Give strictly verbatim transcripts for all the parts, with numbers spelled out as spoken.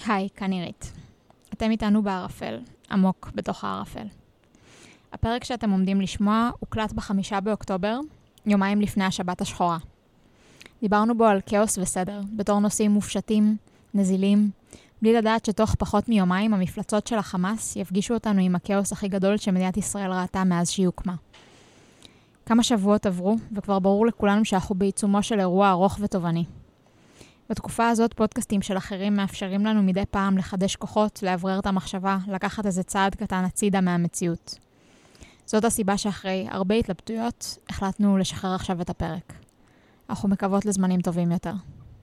היי, כאן עירית. אתם איתנו בערפל, עמוק בתוך הערפל. הפרק שאתם עומדים לשמוע הוקלט בחמישה באוקטובר, יומיים לפני השבת השחורה. דיברנו בו על כאוס וסדר, בתור נושאים מופשטים, נזילים, בלי לדעת שתוך פחות מיומיים המפלצות של החמאס יפגישו אותנו עם הכאוס הכי גדול שמדינת ישראל ראתה מאז שהיא הוקמה. כמה שבועות עברו, וכבר ברור לכולנו שאנחנו בעיצומו של אירוע ארוך ותובעני. בתקופה הזאת פודקאסטים של אחרים מאפשרים לנו מדי פעם לחדש כוחות, לעברר את המחשבה, לקחת איזה צעד קטן הצידה מהמציאות. זאת הסיבה שאחרי הרבה התלבטויות החלטנו לשחרר עכשיו את הפרק. אנחנו מקוות לזמנים טובים יותר.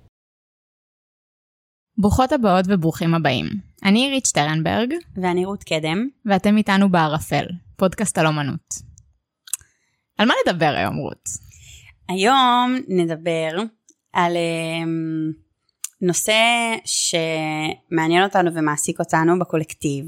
ברוכות הבאות וברוכים הבאים. אני עירית שטרנברג. ואני רות קדם. ואתם איתנו בערפל, פודקאסט על אומנות. על מה נדבר היום, רות? היום נדבר על um, נושא שמעניין אותנו ומעסיק אותנו בקולקטיב,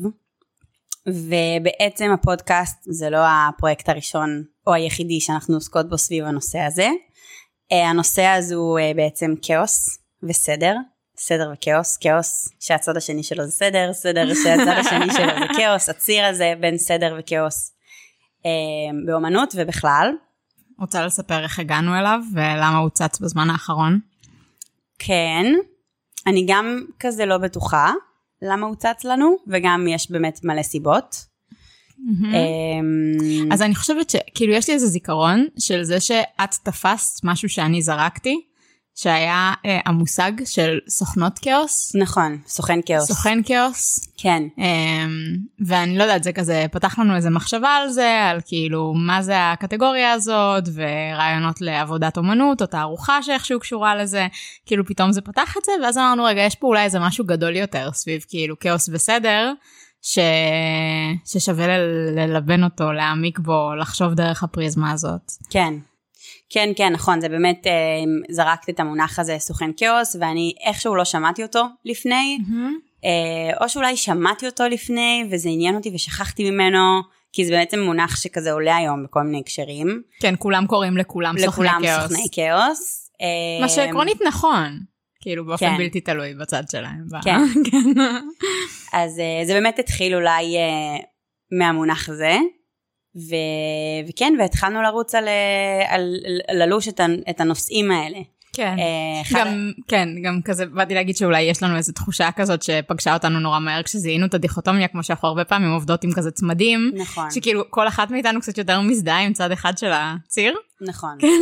ובעצם הפודקאסט זה לא הפרויקט הראשון או היחידי שאנחנו עוסקות בו סביב הנושא הזה. Uh, הנושא הזה הוא uh, בעצם כאוס וסדר, סדר וכאוס, כאוס שהצד השני שלו זה סדר, סדר שהצד השני שלו זה כאוס, הציר הזה בין סדר וכאוס uh, באומנות ובכלל. רוצה לספר איך הגענו אליו ולמה הוא צץ בזמן האחרון? כן, אני גם כזה לא בטוחה למה הוא צץ לנו, וגם יש באמת מלא סיבות. אז אני חושבת שכאילו יש לי איזה זיכרון של זה שאת תפסת משהו שאני זרקתי, שהיה אה, המושג של סוכנות כאוס. נכון, סוכן כאוס. סוכן כאוס. כן. אה, ואני לא יודעת, זה כזה, פתח לנו איזה מחשבה על זה, על כאילו מה זה הקטגוריה הזאת, ורעיונות לעבודת אומנות, או תערוכה שאיכשהו קשורה לזה, כאילו פתאום זה פתח את זה, ואז אמרנו, רגע, יש פה אולי איזה משהו גדול יותר, סביב כאילו כאוס וסדר, ש... ששווה ל- ללבן אותו, להעמיק בו, לחשוב דרך הפריזמה הזאת. כן. כן, כן, נכון, זה באמת, אה, זרקת את המונח הזה, סוכן כאוס, ואני איכשהו לא שמעתי אותו לפני, mm-hmm. אה, או שאולי שמעתי אותו לפני, וזה עניין אותי ושכחתי ממנו, כי זה בעצם מונח שכזה עולה היום בכל מיני הקשרים. כן, כולם קוראים לכולם, לכולם סוכני כאוס. סוכני כאוס. מה שעקרונית נכון, כאילו באופן כן. בלתי תלוי בצד שלהם. כן. כן. אז אה, זה באמת התחיל אולי אה, מהמונח הזה, ו... וכן, והתחלנו לרוץ על, על, על ללוש את, את הנושאים האלה. כן, uh, גם, חד... כן, גם כזה, באתי להגיד שאולי יש לנו איזו תחושה כזאת שפגשה אותנו נורא מהר, כשזיהינו את הדיכוטומיה, כמו שאנחנו הרבה פעמים עובדות עם כזה צמדים, נכון. שכאילו כל אחת מאיתנו קצת יותר מזדהה עם צד אחד של הציר. נכון. כן.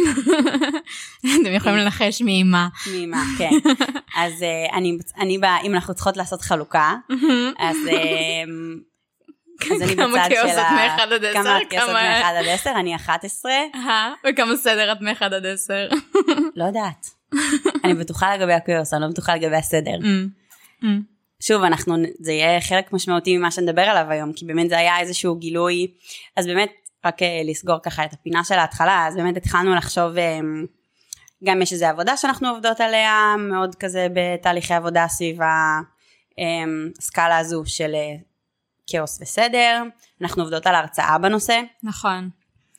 אתם יכולים לנחש מאימה. מאימה, כן. אז uh, אני, אני בא, אם אנחנו צריכות לעשות חלוקה, אז... Uh, כמה כאוס את מאחד עד עשר? כמה כאוס את מאחד עד עשר? אני אחת עשרה. וכמה סדר את מאחד עד עשר? לא יודעת. אני בטוחה לגבי הכאוס, אני לא בטוחה לגבי הסדר. שוב, אנחנו, זה יהיה חלק משמעותי ממה שנדבר עליו היום, כי באמת זה היה איזשהו גילוי, אז באמת, רק לסגור ככה את הפינה של ההתחלה, אז באמת התחלנו לחשוב, גם יש איזו עבודה שאנחנו עובדות עליה, מאוד כזה בתהליכי עבודה סביב הסקאלה הזו של כאוס וסדר, אנחנו עובדות על הרצאה בנושא. נכון.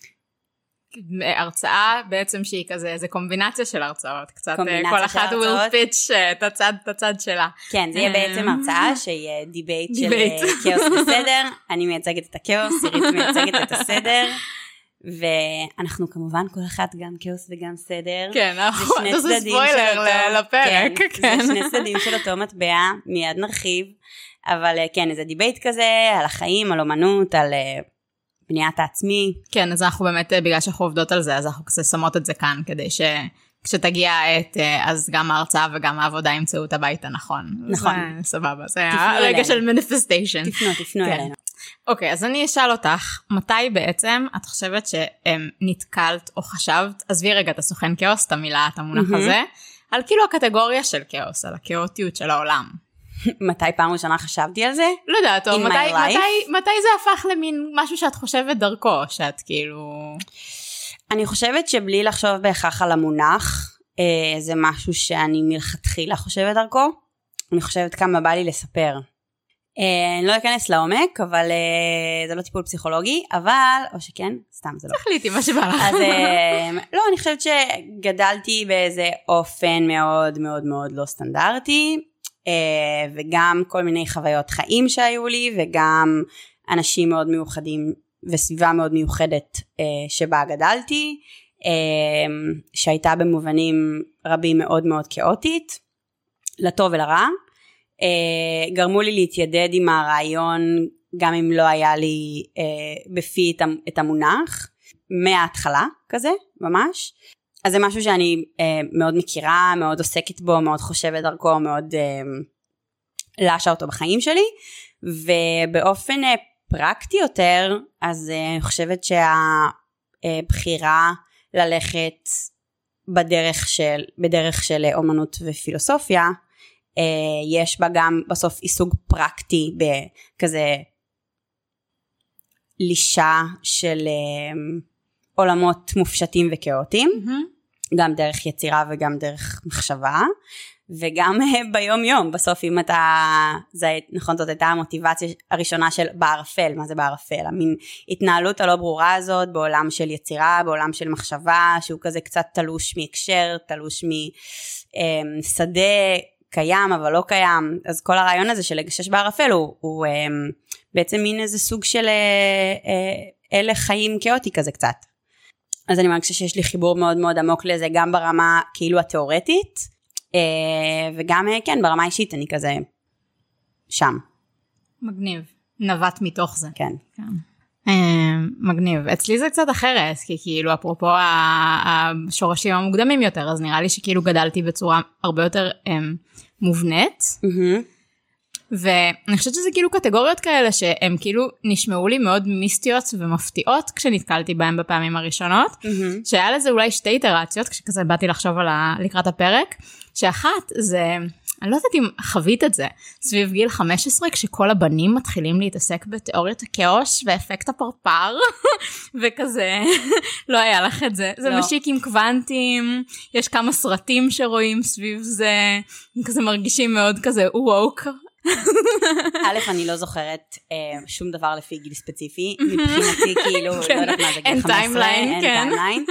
הרצאה בעצם שהיא כזה, זה קומבינציה של הרצאות, קצת כל אחת will pitch את הצד, את הצד שלה. כן, זה יהיה בעצם הרצאה שהיא דיבייט של כאוס וסדר, אני מייצגת את הכאוס, עירית מייצגת את הסדר, ואנחנו כמובן כל אחת גם כאוס וגם סדר. כן, זה ספוילר לפרק. זה שני צדדים של אותו מטבע, מיד נרחיב. אבל כן, איזה דיבייט כזה, על החיים, על אומנות, על בניית העצמי. כן, אז אנחנו באמת, בגלל שאנחנו עובדות על זה, אז אנחנו כזה שמות את זה כאן, כדי שכשתגיע העת, אז גם ההרצאה וגם העבודה ימצאו את הבית הנכון. נכון. זה סבבה, זה הרגע של מניפסטיישן. תפנו, תפנו אלינו. אוקיי, אז אני אשאל אותך, מתי בעצם את חושבת שנתקלת או חשבת, עזבי רגע את הסוכן כאוס, את המילה, את המונח הזה, על כאילו הקטגוריה של כאוס, על הכאוטיות של העולם. מתי פעם ראשונה חשבתי על זה? לא יודעת, או מתי, מתי, מתי זה הפך למין משהו שאת חושבת דרכו, שאת כאילו... אני חושבת שבלי לחשוב בהכרח על המונח, אה, זה משהו שאני מלכתחילה חושבת דרכו. אני חושבת כמה בא לי לספר. אה, אני לא אכנס לעומק, אבל אה, זה לא טיפול פסיכולוגי, אבל, או שכן, סתם זה לא. תחליטי מה שבא לך. אז אה, לא, אני חושבת שגדלתי באיזה אופן מאוד מאוד מאוד לא סטנדרטי, וגם כל מיני חוויות חיים שהיו לי, וגם אנשים מאוד מיוחדים, וסביבה מאוד מיוחדת שבה גדלתי, שהייתה במובנים רבים מאוד מאוד כאוטית, לטוב ולרע, גרמו לי להתיידד עם הרעיון, גם אם לא היה לי בפי את המונח, מההתחלה כזה, ממש. אז זה משהו שאני מאוד מכירה, מאוד עוסקת בו, מאוד חושבת דרכו, מאוד לשה אותו בחיים שלי, ובאופן פרקטי יותר, אז אני חושבת שהבחירה ללכת בדרך של, בדרך של אומנות ופילוסופיה, יש בה גם בסוף עיסוק פרקטי בכזה לישה של עולמות מופשטים וכאוטיים, mm-hmm. גם דרך יצירה וגם דרך מחשבה, וגם ביום יום, בסוף אם אתה, זה נכון, זאת הייתה המוטיבציה הראשונה של בערפל, מה זה בערפל? המין התנהלות הלא ברורה הזאת, בעולם של יצירה, בעולם של מחשבה, שהוא כזה קצת תלוש מהקשר, תלוש משדה קיים, אבל לא קיים, אז כל הרעיון הזה של לגשש בערפל, הוא, הוא בעצם מין איזה סוג של אלה חיים כאוטי כזה קצת. אז אני מרגישה שיש לי חיבור מאוד מאוד עמוק לזה, גם ברמה כאילו התיאורטית, וגם כן ברמה האישית אני כזה שם. מגניב, נבט מתוך זה. כן. כן. מגניב. אצלי זה קצת אחרת, כי כאילו אפרופו השורשים המוקדמים יותר, אז נראה לי שכאילו גדלתי בצורה הרבה יותר מובנית, ואני חושבת שזה כאילו קטגוריות כאלה שהן כאילו נשמעו לי מאוד מיסטיות ומפתיעות כשנתקלתי בהן בפעמים הראשונות, mm-hmm. שהיה לזה אולי שתי איטרציות, כשכזה באתי לחשוב על ה... לקראת הפרק, שאחת זה, אני לא יודעת אם חווית את זה, סביב גיל חמש עשרה, כשכל הבנים מתחילים להתעסק בתיאוריות הכאוס ואפקט הפרפר, וכזה, לא היה לך את זה. זה לא. משיקים קוונטים, יש כמה סרטים שרואים סביב זה, כזה מרגישים מאוד כזה ווק. א', אני לא זוכרת שום דבר לפי גיל ספציפי, מבחינתי כאילו, לא יודעת מה זה גיל חמש עשרה, אין טיימליין,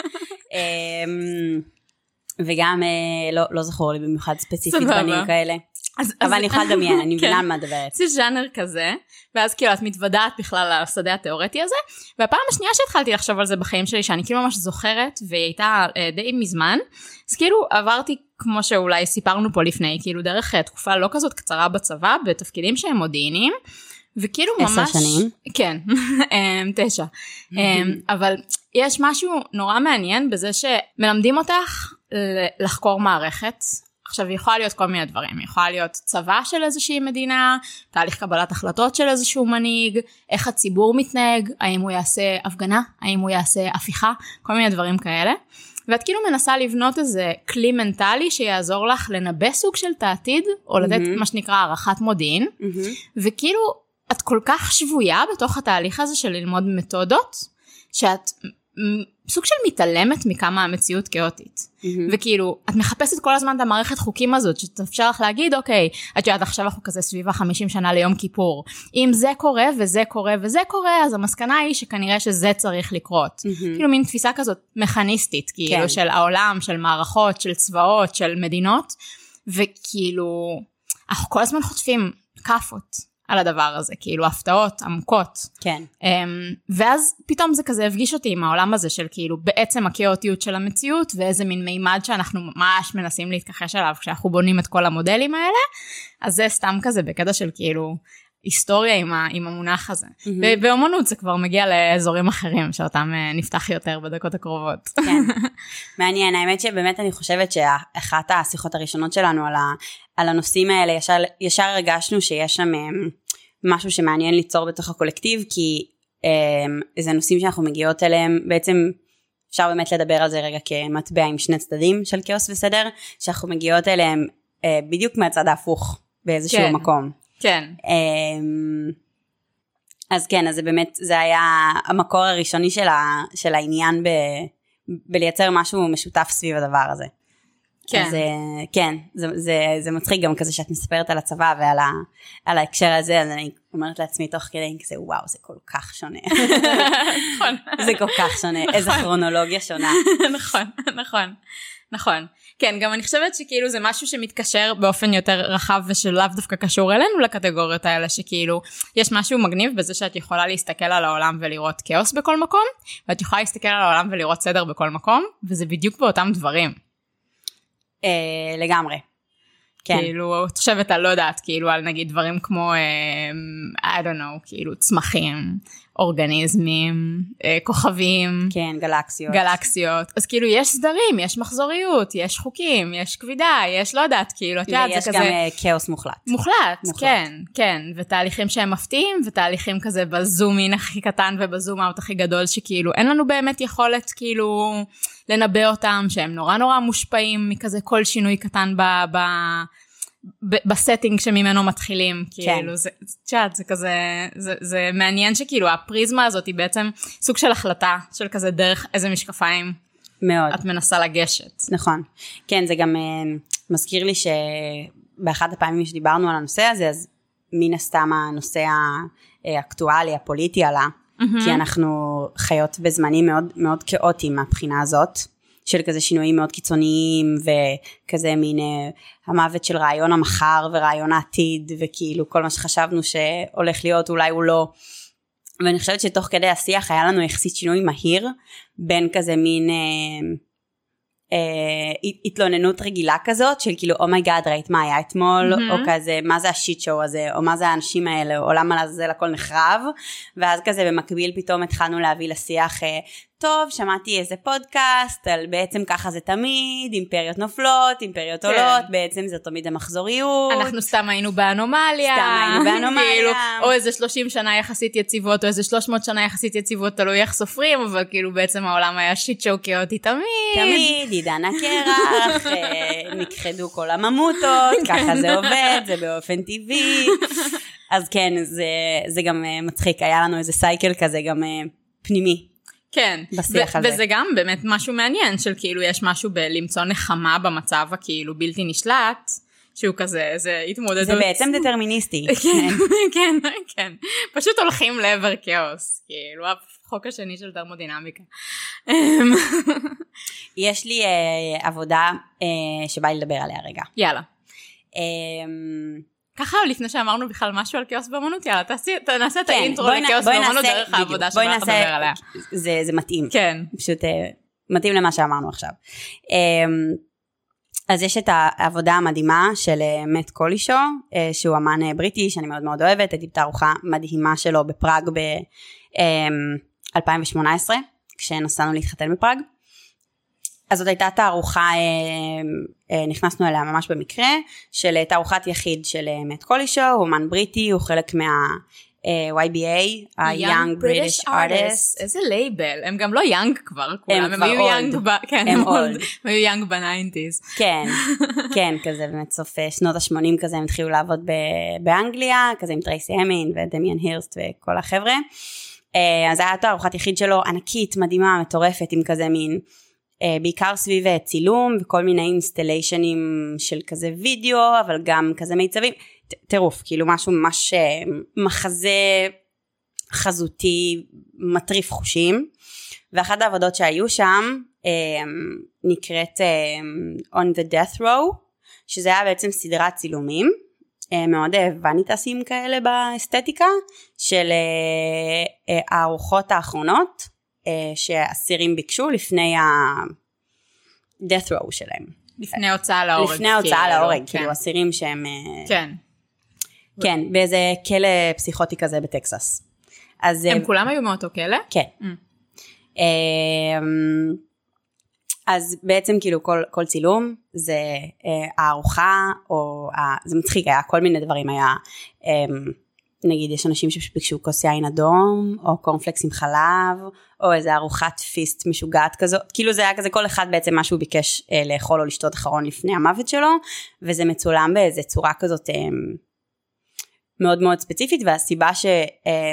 וגם לא זכור לי במיוחד ספציפית בנים כאלה, אבל אני יכולה לדמיין, אני מבינה על מה דברת. זה ז'אנר כזה, ואז כאילו את מתוודעת בכלל על השדה התיאורטי הזה, והפעם השנייה שהתחלתי לחשוב על זה בחיים שלי, שאני כאילו ממש זוכרת, והיא הייתה די מזמן, אז כאילו עברתי, כמו שאולי סיפרנו פה לפני, כאילו דרך תקופה לא כזאת קצרה בצבא, בתפקידים שהם מודיעיניים, וכאילו ממש... עשר שנים? כן, תשע. אבל יש משהו נורא מעניין בזה שמלמדים אותך לחקור מערכת, עכשיו, יכולה להיות כל מיני דברים, יכולה להיות צבא של איזושהי מדינה, תהליך קבלת החלטות של איזשהו מנהיג, איך הציבור מתנהג, האם הוא יעשה הפגנה, האם הוא יעשה הפיכה, כל מיני דברים כאלה. ואת כאילו מנסה לבנות איזה כלי מנטלי שיעזור לך לנבא סוג של תעתיד, או לתת mm-hmm. מה שנקרא הערכת מודיעין, mm-hmm. וכאילו את כל כך שבויה בתוך התהליך הזה של ללמוד מתודות, שאת סוג של מתעלמת מכמה המציאות כאוטית. Mm-hmm. וכאילו, את מחפשת כל הזמן את המערכת חוקים הזאת, שתאפשר לך להגיד, אוקיי, את יודעת, עכשיו אנחנו כזה סביבה חמישים שנה ליום כיפור. אם זה קורה וזה קורה וזה קורה, אז המסקנה היא שכנראה שזה צריך לקרות. Mm-hmm. כאילו מין תפיסה כזאת מכניסטית, כאילו כן. של העולם, של מערכות, של צבאות, של מדינות, וכאילו, אנחנו כל הזמן חוטפים כפות. על הדבר הזה, כאילו הפתעות עמוקות. כן. ואז פתאום זה כזה הפגיש אותי עם העולם הזה של כאילו בעצם הכאוטיות של המציאות, ואיזה מין מימד שאנחנו ממש מנסים להתכחש עליו, כשאנחנו בונים את כל המודלים האלה, אז זה סתם כזה בקטע של כאילו היסטוריה עם, ה, עם המונח הזה. Mm-hmm. ובאמנות זה כבר מגיע לאזורים אחרים, שאותם נפתח יותר בדקות הקרובות. כן. מעניין, האמת שבאמת אני חושבת שאחת השיחות הראשונות שלנו על, ה, על הנושאים האלה, ישר, ישר הרגשנו שיש שם משהו שמעניין ליצור בתוך הקולקטיב, כי זה נושאים שאנחנו מגיעות אליהם, בעצם אפשר באמת לדבר על זה רגע כמטבע עם שני צדדים של כאוס וסדר, שאנחנו מגיעות אליהם בדיוק מהצד ההפוך באיזשהו כן. מקום. כן. אז כן, אז זה באמת, זה היה המקור הראשוני של, ה, של העניין ב, בלייצר משהו משותף סביב הדבר הזה. כן. אז כן, זה, זה, זה מצחיק גם כזה שאת מספרת על הצבא ועל ה, על ההקשר הזה, אז אני אומרת לעצמי תוך כדי כזה, וואו, זה כל כך שונה. נכון. זה כל כך שונה, איזו כרונולוגיה שונה. נכון, נכון, נכון. כן, גם אני חושבת שכאילו זה משהו שמתקשר באופן יותר רחב ושלאו דווקא קשור אלינו לקטגוריות האלה, שכאילו יש משהו מגניב בזה שאת יכולה להסתכל על העולם ולראות כאוס בכל מקום, ואת יכולה להסתכל על העולם ולראות סדר בכל מקום, וזה בדיוק באותם דברים. אה, לגמרי. כן. כאילו, את חושבת, אני לא יודעת, כאילו, על נגיד דברים כמו, I don't know, כאילו, צמחים, אורגניזמים, כוכבים. כן, גלקסיות. גלקסיות. אז כאילו, יש סדרים, יש מחזוריות, יש חוקים, יש כבידה, יש לא יודעת, כאילו, את יודעת, זה כזה... ויש גם כאוס מוחלט. מוחלט, כן, כן. ותהליכים שהם מפתיעים, ותהליכים כזה בזום אין הכי קטן ובזום אאוט הכי גדול, שכאילו, אין לנו באמת יכולת, כאילו, לנבא אותם, שהם נורא נורא מושפעים מכזה כל שינוי קטן ב... ב בסטינג שממנו מתחילים, כאילו, זה, צ'אט, זה כזה, זה, זה מעניין שכאילו, הפריזמה הזאת היא בעצם סוג של החלטה, של כזה דרך איזה משקפיים מאוד. את מנסה לגשת. נכון. כן, זה גם uh, מזכיר לי שבאחד הפעמים שדיברנו על הנושא הזה, אז מן הסתם הנושא האקטואלי, הפוליטי עלה, mm-hmm. כי אנחנו חיות בזמנים מאוד, מאוד כאוטיים מהבחינה הזאת, של כזה שינויים מאוד קיצוניים, וכזה מין uh, המוות של רעיון המחר ורעיון העתיד, וכאילו כל מה שחשבנו שהולך להיות אולי הוא לא, ואני חושבת שתוך כדי השיח היה לנו יחסית שינוי מהיר, בין כזה מין uh, uh, התלוננות רגילה כזאת, של כאילו אומייגאד ראית מה היה אתמול, mm-hmm. או כזה מה זה השיט שואו הזה, או מה זה האנשים האלה, או למה לעזאזל הכל נחרב, ואז כזה במקביל פתאום התחלנו להביא לשיח, uh, טוב, שמעתי איזה פודקאסט, על בעצם ככה זה תמיד, אימפריות נופלות, אימפריות עולות, בעצם זה תמיד המחזוריות. אנחנו סתם היינו באנומליה. סתם היינו באנומליה. או איזה שלושים שנה יחסית יציבות, או איזה שלוש מאות שנה יחסית יציבות, תלוי איך סופרים, אבל כאילו בעצם העולם היה שיט שואו כאוטי תמיד. תמיד, עידן הקרח, נכחדו כל הממוטות, ככה זה עובד, זה באופן טבעי. אז כן, זה גם מצחיק, היה לנו איזה סייקל כזה גם פנימי. כן, ו- וזה גם באמת משהו מעניין, של כאילו יש משהו בלמצוא נחמה במצב הכאילו בלתי נשלט, שהוא כזה, זה התמודדות. זה בעצם דטרמיניסטי. כן, כן, כן. פשוט הולכים לעבר כאוס, כאילו החוק השני של תרמודינמיקה. יש לי uh, עבודה uh, שבא לי לדבר עליה רגע. יאללה. Um, ככה לפני שאמרנו בכלל משהו על כאוס באמנות, יאללה, נעשה את האינטרו לכאוס באמנות דרך העבודה שבא לדבר עליה. זה מתאים. כן. פשוט מתאים למה שאמרנו עכשיו. אז יש את העבודה המדהימה של מאט קולישו, שהוא אמן בריטי, שאני מאוד מאוד אוהבת, הייתי בתערוכה מדהימה שלו בפראג ב-אלפיים שמונה עשרה, כשנסענו להתחתן בפראג. אז זאת הייתה תערוכה, נכנסנו אליה ממש במקרה, של תערוכת יחיד של מאט קולישו, הוא אומן בריטי, הוא חלק מה-וואי בי איי, ה-Young British Artists. איזה לייבל, הם גם לא יאנג כבר, כולם, הם היו יאנג, הם אולד, הם היו יאנג בניינטיז. כן, כן, כזה באמת סוף שנות ה-שמונים כזה, הם התחילו לעבוד באנגליה, כזה עם טרייסי המין ודמיאן הירסט וכל החבר'ה. אז היה תערוכת יחיד שלו, ענקית, מדהימה, מטורפת, עם כזה מין, בעיקר סביב צילום וכל מיני אינסטליישנים של כזה וידאו, אבל גם כזה מיצבים, טירוף, כאילו משהו ממש מחזה חזותי, מטריף חושים, ואחת העבודות שהיו שם נקראת On the Death Row, שזה היה בעצם סדרת צילומים, מאוד וניטסים כאלה באסתטיקה, של הארוחות האחרונות, שאסירים ביקשו לפני ה-death row שלהם. לפני הוצאה להורג. לפני הוצאה להורג, כאילו אסירים שהם... כן. כן, באיזה כלא פסיכוטי כזה בטקסס. הם כולם היו מאותו כלא? כן. אז בעצם כאילו כל צילום זה הארוחה, או זה מצחיק, היה כל מיני דברים, היה... נגיד יש אנשים שביקשו כוס יין אדום, או קורנפלקס עם חלב, או איזה ארוחת פיסט משוגעת כזאת, כאילו זה היה כזה כל אחד בעצם מה שהוא ביקש אה, לאכול או לשתות אחרון לפני המוות שלו, וזה מצולם באיזה צורה כזאת אה, מאוד מאוד ספציפית, והסיבה ש, אה,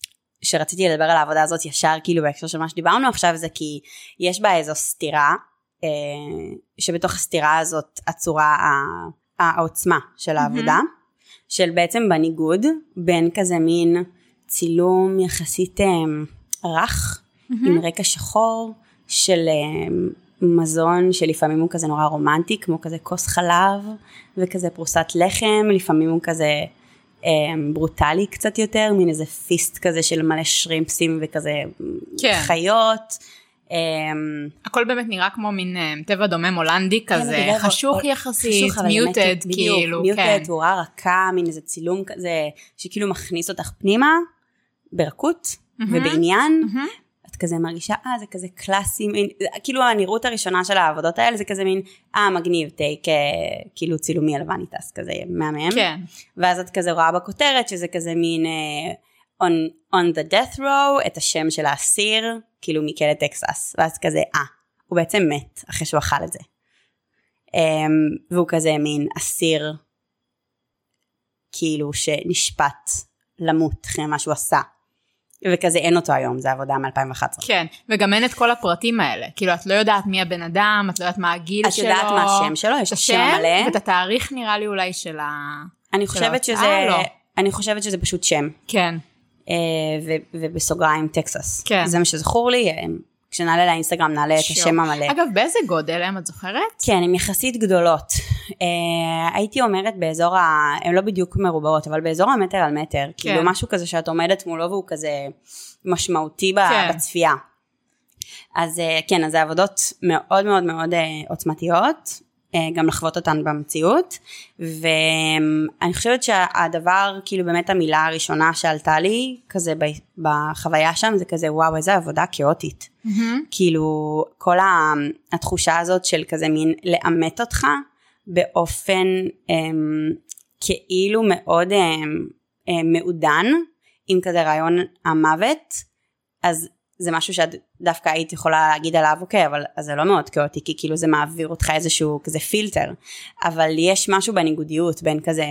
שרציתי לדבר על העבודה הזאת ישר כאילו בהקשר של מה שדיברנו עכשיו, זה כי יש בה איזו סתירה, שבתוך הסתירה הזאת הצורה, העוצמה של העבודה, של בעצם בניגוד בין כזה מין צילום יחסית רך, עם רקע שחור, של מזון שלפעמים הוא כזה נורא רומנטי, כמו כזה כוס חלב, וכזה פרוסת לחם, לפעמים הוא כזה ברוטלי קצת יותר, מין איזה פיסט כזה של מלא שרימפסים וכזה חיות. הכל באמת נראה כמו מין טבע דומם הולנדי כזה, חשוך יחסית, מיוטד כאילו. מיוטד, תאורה רכה, מין איזה צילום כזה, שכאילו מכניס אותך פנימה, ברכות ובעניין, את כזה מרגישה, אה, זה כזה קלאסי, כאילו הנראות הראשונה של העבודות האלה, זה כזה מין, אה, מגניב, טייק, כאילו צילומי אלבניטס, כזה מהמם. כן. ואז את כזה רואה בכותרת, שזה כזה מין, on, on the death row, את השם של האסיר, כאילו מכלא טקסס, ואז כזה, אה, הוא בעצם מת, אחרי שהוא אכל את זה. והוא כזה מין אסיר, כאילו שנשפט למות, אחרי מה שהוא עשה. וכזה אין אותו היום, זה עבודה מ-אלפיים ואחת עשרה. כן, וגם אין את כל הפרטים האלה, כאילו את לא יודעת מי הבן אדם, את לא יודעת מה הגיל שלו. את יודעת מה השם שלו, יש שם מלא. ואת התאריך נראה לי אולי של ה... אני חושבת שזה, אני חושבת שזה פשוט שם. כן. ובסוגריים טקסס. כן. זה מה שזכור לי, כשנעלה לאינסטגרם נעלה את השם המלא. אגב, באיזה גודל הם, את זוכרת? כן, הן יחסית גדולות. הייתי אומרת באזור, הן לא בדיוק מרובעות, אבל באזור המטר על מטר, כאילו משהו כזה שאת עומדת מולו והוא כזה משמעותי בצפייה. אז כן, אז זה עבודות מאוד מאוד מאוד עוצמתיות, גם לחוות אותן במציאות, ואני חושבת שהדבר, כאילו באמת המילה הראשונה שעלתה לי, כזה בחוויה שם, זה כזה וואו, איזה עבודה כאוטית. Mm-hmm. כאילו, כל התחושה הזאת של כזה מין לאמת אותך, באופן הם, כאילו מאוד הם, הם, מעודן, עם כזה רעיון המוות, אז זה משהו שדווקא היית יכולה להגיד עליו, אוקיי, אבל זה לא מאוד כאוטי, כי כאילו זה מעביר אותך איזשהו כזה פילטר, אבל יש משהו בניגודיות, בין כזה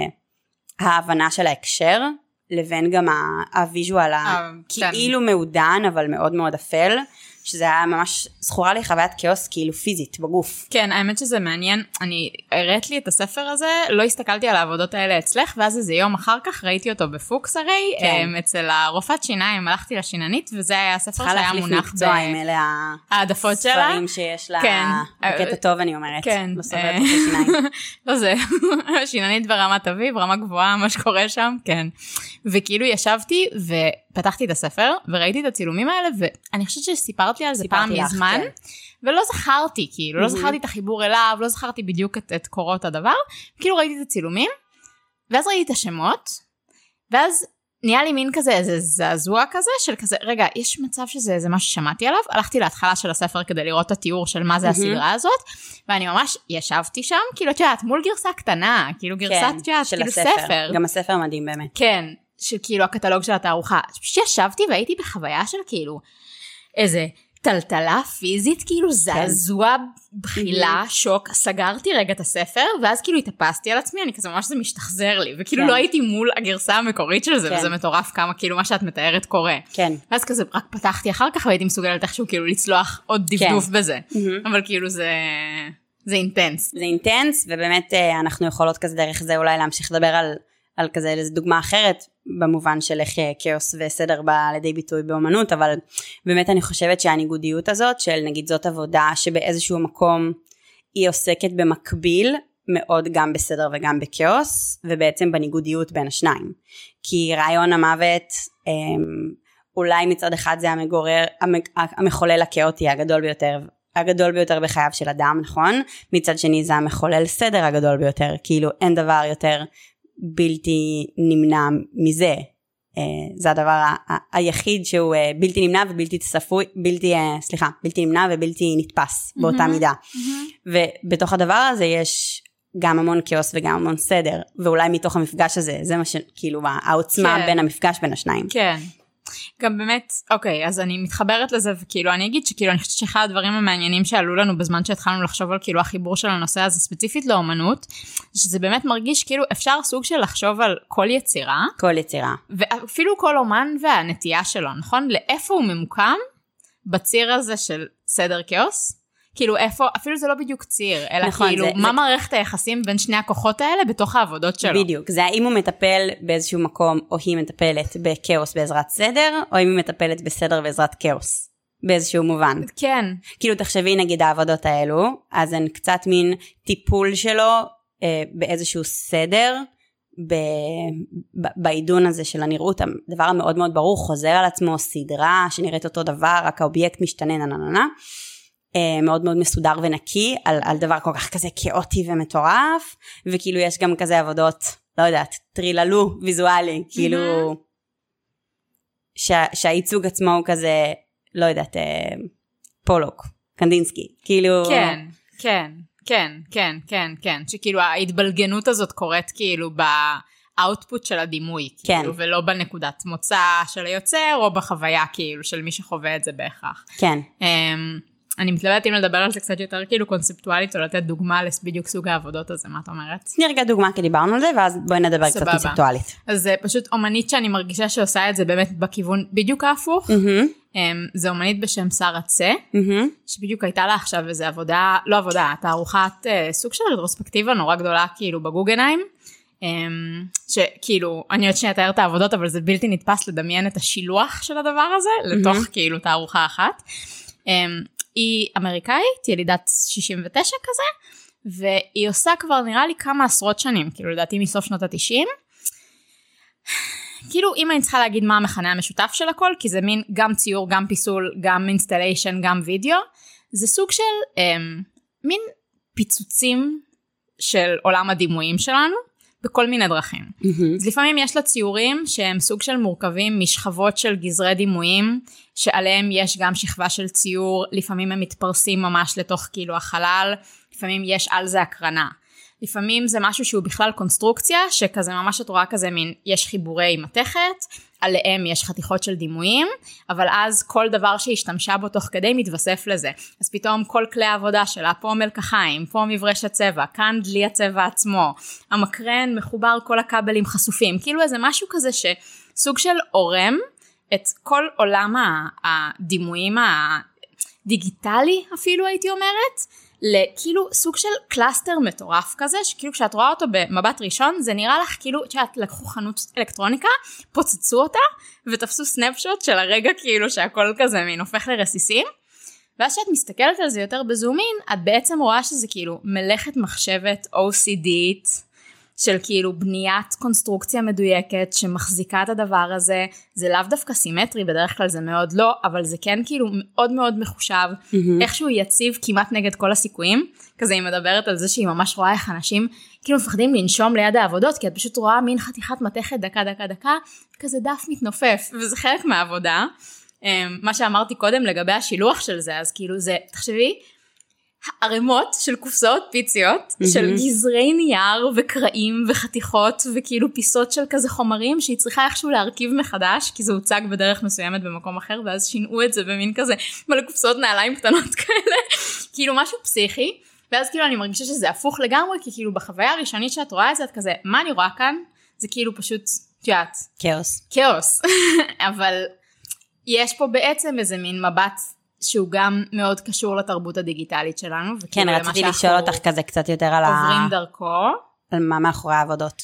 ההבנה של ההקשר, לבין גם הוויז'ואל, כאילו מעודן, אבל מאוד מאוד אפל, שזה היה ממש זכורה לי חוויית כאוס כאילו פיזית בגוף. כן, האמת שזה מעניין, אני הראת לי את הספר הזה, לא הסתכלתי על העבודות האלה אצלך, ואז איזה יום אחר כך ראיתי אותו בפוקס הרי, כן. אצל הרופאת שיניים, הלכתי לשיננית, וזה היה הספר שהיה מונח ב... עם אלה העדפות שלה. ספרים שיש לה, כן. בקטע טוב אני אומרת, כן. לא סוברת את השיניים. לא זה, שיננית ברמת אביב, רמה גבוהה, מה שקורה שם, כן. וכאילו ישבתי ופתחתי את הספר, וראיתי את הצילומים האלה, ואני חושבת שסיפרתי על זה פעם מזמן, ולא זכרתי, כאילו, לא זכרתי את החיבור אליו, לא זכרתי בדיוק את, את קורות הדבר, כאילו ראיתי את הצילומים, ואז ראיתי את השמות, ואז נהיה לי מין כזה, איזה זעזוע כזה, של כזה, רגע, יש מצב שזה איזה משהו ששמעתי עליו, הלכתי להתחלה של הספר כדי לראות את התיאור של מה זה הסדרה הזאת, ואני ממש ישבתי שם, כאילו, את יודעת, מול גרסה קטנה, כאילו גרסת, את יודעת, כאילו ספר. גם הספר מדהים באמת. כן, של כאילו הקטלוג של התערוכה. שישבתי והייתי בחוויה של כאילו, איזה טלטלה פיזית, כאילו זעזוע, בחילה, שוק, סגרתי רגע את הספר, ואז כאילו התאפסתי על עצמי, אני כזה ממש זה משתחזר לי, וכאילו לא הייתי מול הגרסה המקורית של זה, וזה מטורף כמה כאילו מה שאת מתארת קורה. כן. ואז כזה רק פתחתי אחר כך, והייתי מסוגלת איכשהו כאילו לצלוח עוד דפדוף בזה. אבל כאילו זה... זה אינטנס. זה אינטנס, ובאמת אנחנו יכולות כזה דרך זה אולי להמשיך לדבר על, על כזה איזו דוגמה אחרת, במובן של איך כאוס וסדר בא לידי ביטוי באומנות, אבל באמת אני חושבת שהניגודיות הזאת, של נגיד זאת עבודה שבאיזשהו מקום היא עוסקת במקביל, מאוד גם בסדר וגם בכאוס, ובעצם בניגודיות בין השניים. כי רעיון המוות, אולי מצד אחד זה המגורר, המחולל הכאוטי הגדול ביותר, הגדול ביותר בחייו של אדם, נכון? מצד שני זה המחולל סדר הגדול ביותר, כאילו אין דבר יותר בלתי נמנע מזה, זה הדבר ה- ה- היחיד שהוא בלתי נמנע ובלתי צפוי, בלתי, סליחה, בלתי נמנע ובלתי נתפס mm-hmm. באותה מידה, mm-hmm. ובתוך הדבר הזה יש גם המון כאוס וגם המון סדר, ואולי מתוך המפגש הזה, זה מה שכאילו העוצמה כן. בין המפגש בין השניים. כן. גם באמת, אוקיי, אז אני מתחברת לזה, וכאילו אני אגיד שכאילו אני חושבת שאחד הדברים המעניינים שעלו לנו בזמן שהתחלנו לחשוב על כאילו החיבור של הנושא הזה ספציפית לאומנות, שזה באמת מרגיש כאילו אפשר סוג של לחשוב על כל יצירה. כל יצירה. ואפילו כל אומן והנטייה שלו, נכון? לאיפה הוא ממוקם בציר הזה של סדר כאוס? כאילו איפה, אפילו זה לא בדיוק ציר, אלא נכון, כאילו זה, מה זה... מערכת היחסים בין שני הכוחות האלה בתוך העבודות שלו. בדיוק, זה האם הוא מטפל באיזשהו מקום, או היא מטפלת בכאוס בעזרת סדר, או אם היא מטפלת בסדר בעזרת כאוס, באיזשהו מובן. כן. כאילו תחשבי נגיד העבודות האלו, אז הן קצת מין טיפול שלו אה, באיזשהו סדר, בעידון הזה של הנראות, הדבר המאוד מאוד ברור, חוזר על עצמו, סדרה שנראית אותו דבר, רק האובייקט משתנה, ננננה, מאוד מאוד מסודר ונקי, על, על דבר כל כך כזה כאוטי ומטורף, וכאילו יש גם כזה עבודות, לא יודעת, טריללו ויזואלי, כאילו, שה, שהייצוג עצמו הוא כזה, לא יודעת, פולוק, קנדינסקי, כאילו... כן, כן. כן, כן, כן, כן, שכאילו ההתבלגנות הזאת קורית כאילו באוטפוט של הדימוי, כן. כאילו, ולא בנקודת מוצא של היוצר, או בחוויה כאילו של מי שחווה את זה בהכרח. כן. Um, אני מתלבטת אם לדבר על זה קצת יותר כאילו קונספטואלית, או לתת דוגמה בדיוק סוג העבודות הזה, מה את אומרת? נרגע דוגמה כי דיברנו על זה, ואז בואי נדבר קצת קונספטואלית. אז זה פשוט אומנית שאני מרגישה שעושה את זה באמת בכיוון בדיוק ההפוך. Mm-hmm. Um, זו אומנית בשם שרה צה, mm-hmm. שבדיוק הייתה לה עכשיו איזו עבודה, לא עבודה, תערוכת uh, סוג של רטרוספקטיבה נורא גדולה כאילו בגוגנהיים, um, שכאילו, אני עוד שניה אתאר את העבודות, אבל זה בלתי נתפס לדמיין את השילוח של הדבר הזה, mm-hmm. לתוך כאילו תערוכה אחת. Um, היא אמריקאית, ילידת שישים ותשע כזה, והיא עושה כבר נראה לי כמה עשרות שנים, כאילו לדעתי מסוף שנות ה-תשעים, כאילו אם אני צריכה להגיד מה המכנה המשותף של הכל, כי זה מין גם ציור, גם פיסול, גם אינסטליישן, גם וידאו, זה סוג של אמ, מין פיצוצים של עולם הדימויים שלנו, בכל מיני דרכים. Mm-hmm. אז לפעמים יש לה ציורים שהם סוג של מורכבים משכבות של גזרי דימויים, שעליהם יש גם שכבה של ציור, לפעמים הם מתפרסים ממש לתוך כאילו החלל, לפעמים יש על זה הקרנה. לפעמים זה משהו שהוא בכלל קונסטרוקציה, שכזה ממש את רואה כזה מין, יש חיבורי מתכת, עליהם יש חתיכות של דימויים, אבל אז כל דבר שהשתמשה בו תוך כדי מתווסף לזה. אז פתאום כל כלי העבודה שלה, פה מלקחיים, פה מברש הצבע, כאן דלי הצבע עצמו, המקרן מחובר כל הכבלים חשופים, כאילו איזה משהו כזה שסוג של עורם את כל עולם הדימויים הדיגיטלי אפילו הייתי אומרת, לכאילו סוג של קלאסטר מטורף כזה, שכאילו כשאת רואה אותו במבט ראשון, זה נראה לך כאילו שאת לקחו חנות אלקטרוניקה, פוצצו אותה, ותפסו סנפשוט של הרגע כאילו שהכל כזה מין הופך לרסיסים, ואז שאת מסתכלת על זה יותר בזומין, את בעצם רואה שזה כאילו מלאכת מחשבת או סי די-ית, של כאילו בניית קונסטרוקציה מדויקת שמחזיקה את הדבר הזה, זה לאו דווקא סימטרי, בדרך כלל זה מאוד לא, אבל זה כן כאילו מאוד מאוד מחושב, mm-hmm. איכשהו יציב כמעט נגד כל הסיכויים, כזה היא מדברת על זה שהיא ממש רואה איך אנשים כאילו מפחדים לנשום ליד העבודות, כי את פשוט רואה מין חתיכת מתכת דקה דקה דקה, כזה דף מתנופף, וזה חלק מהעבודה. מה שאמרתי קודם לגבי השילוח של זה, אז כאילו זה, תחשבי, ערימות של קופסאות פיציות, mm-hmm. של גזרי נייר וקרעים וחתיכות וכאילו פיסות של כזה חומרים שהיא צריכה איכשהו להרכיב מחדש, כי זה הוצג בדרך מסוימת במקום אחר, ואז שינעו את זה במין כזה מלא קופסאות נעליים קטנות כאלה, כאילו משהו פסיכי, ואז כאילו אני מרגישה שזה הפוך לגמרי, כי כאילו בחוויה הראשונית שאת רואה את זה, את כזה, מה אני רואה כאן? זה כאילו פשוט, תיאת. כאוס. כאוס. אבל יש פה בעצם איזה מין מבט, שהוא גם מאוד קשור לתרבות הדיגיטלית שלנו. כן, רציתי לשאול אותך כזה קצת יותר על ה... עוברים דרכו. על מה מאחורי העבודות.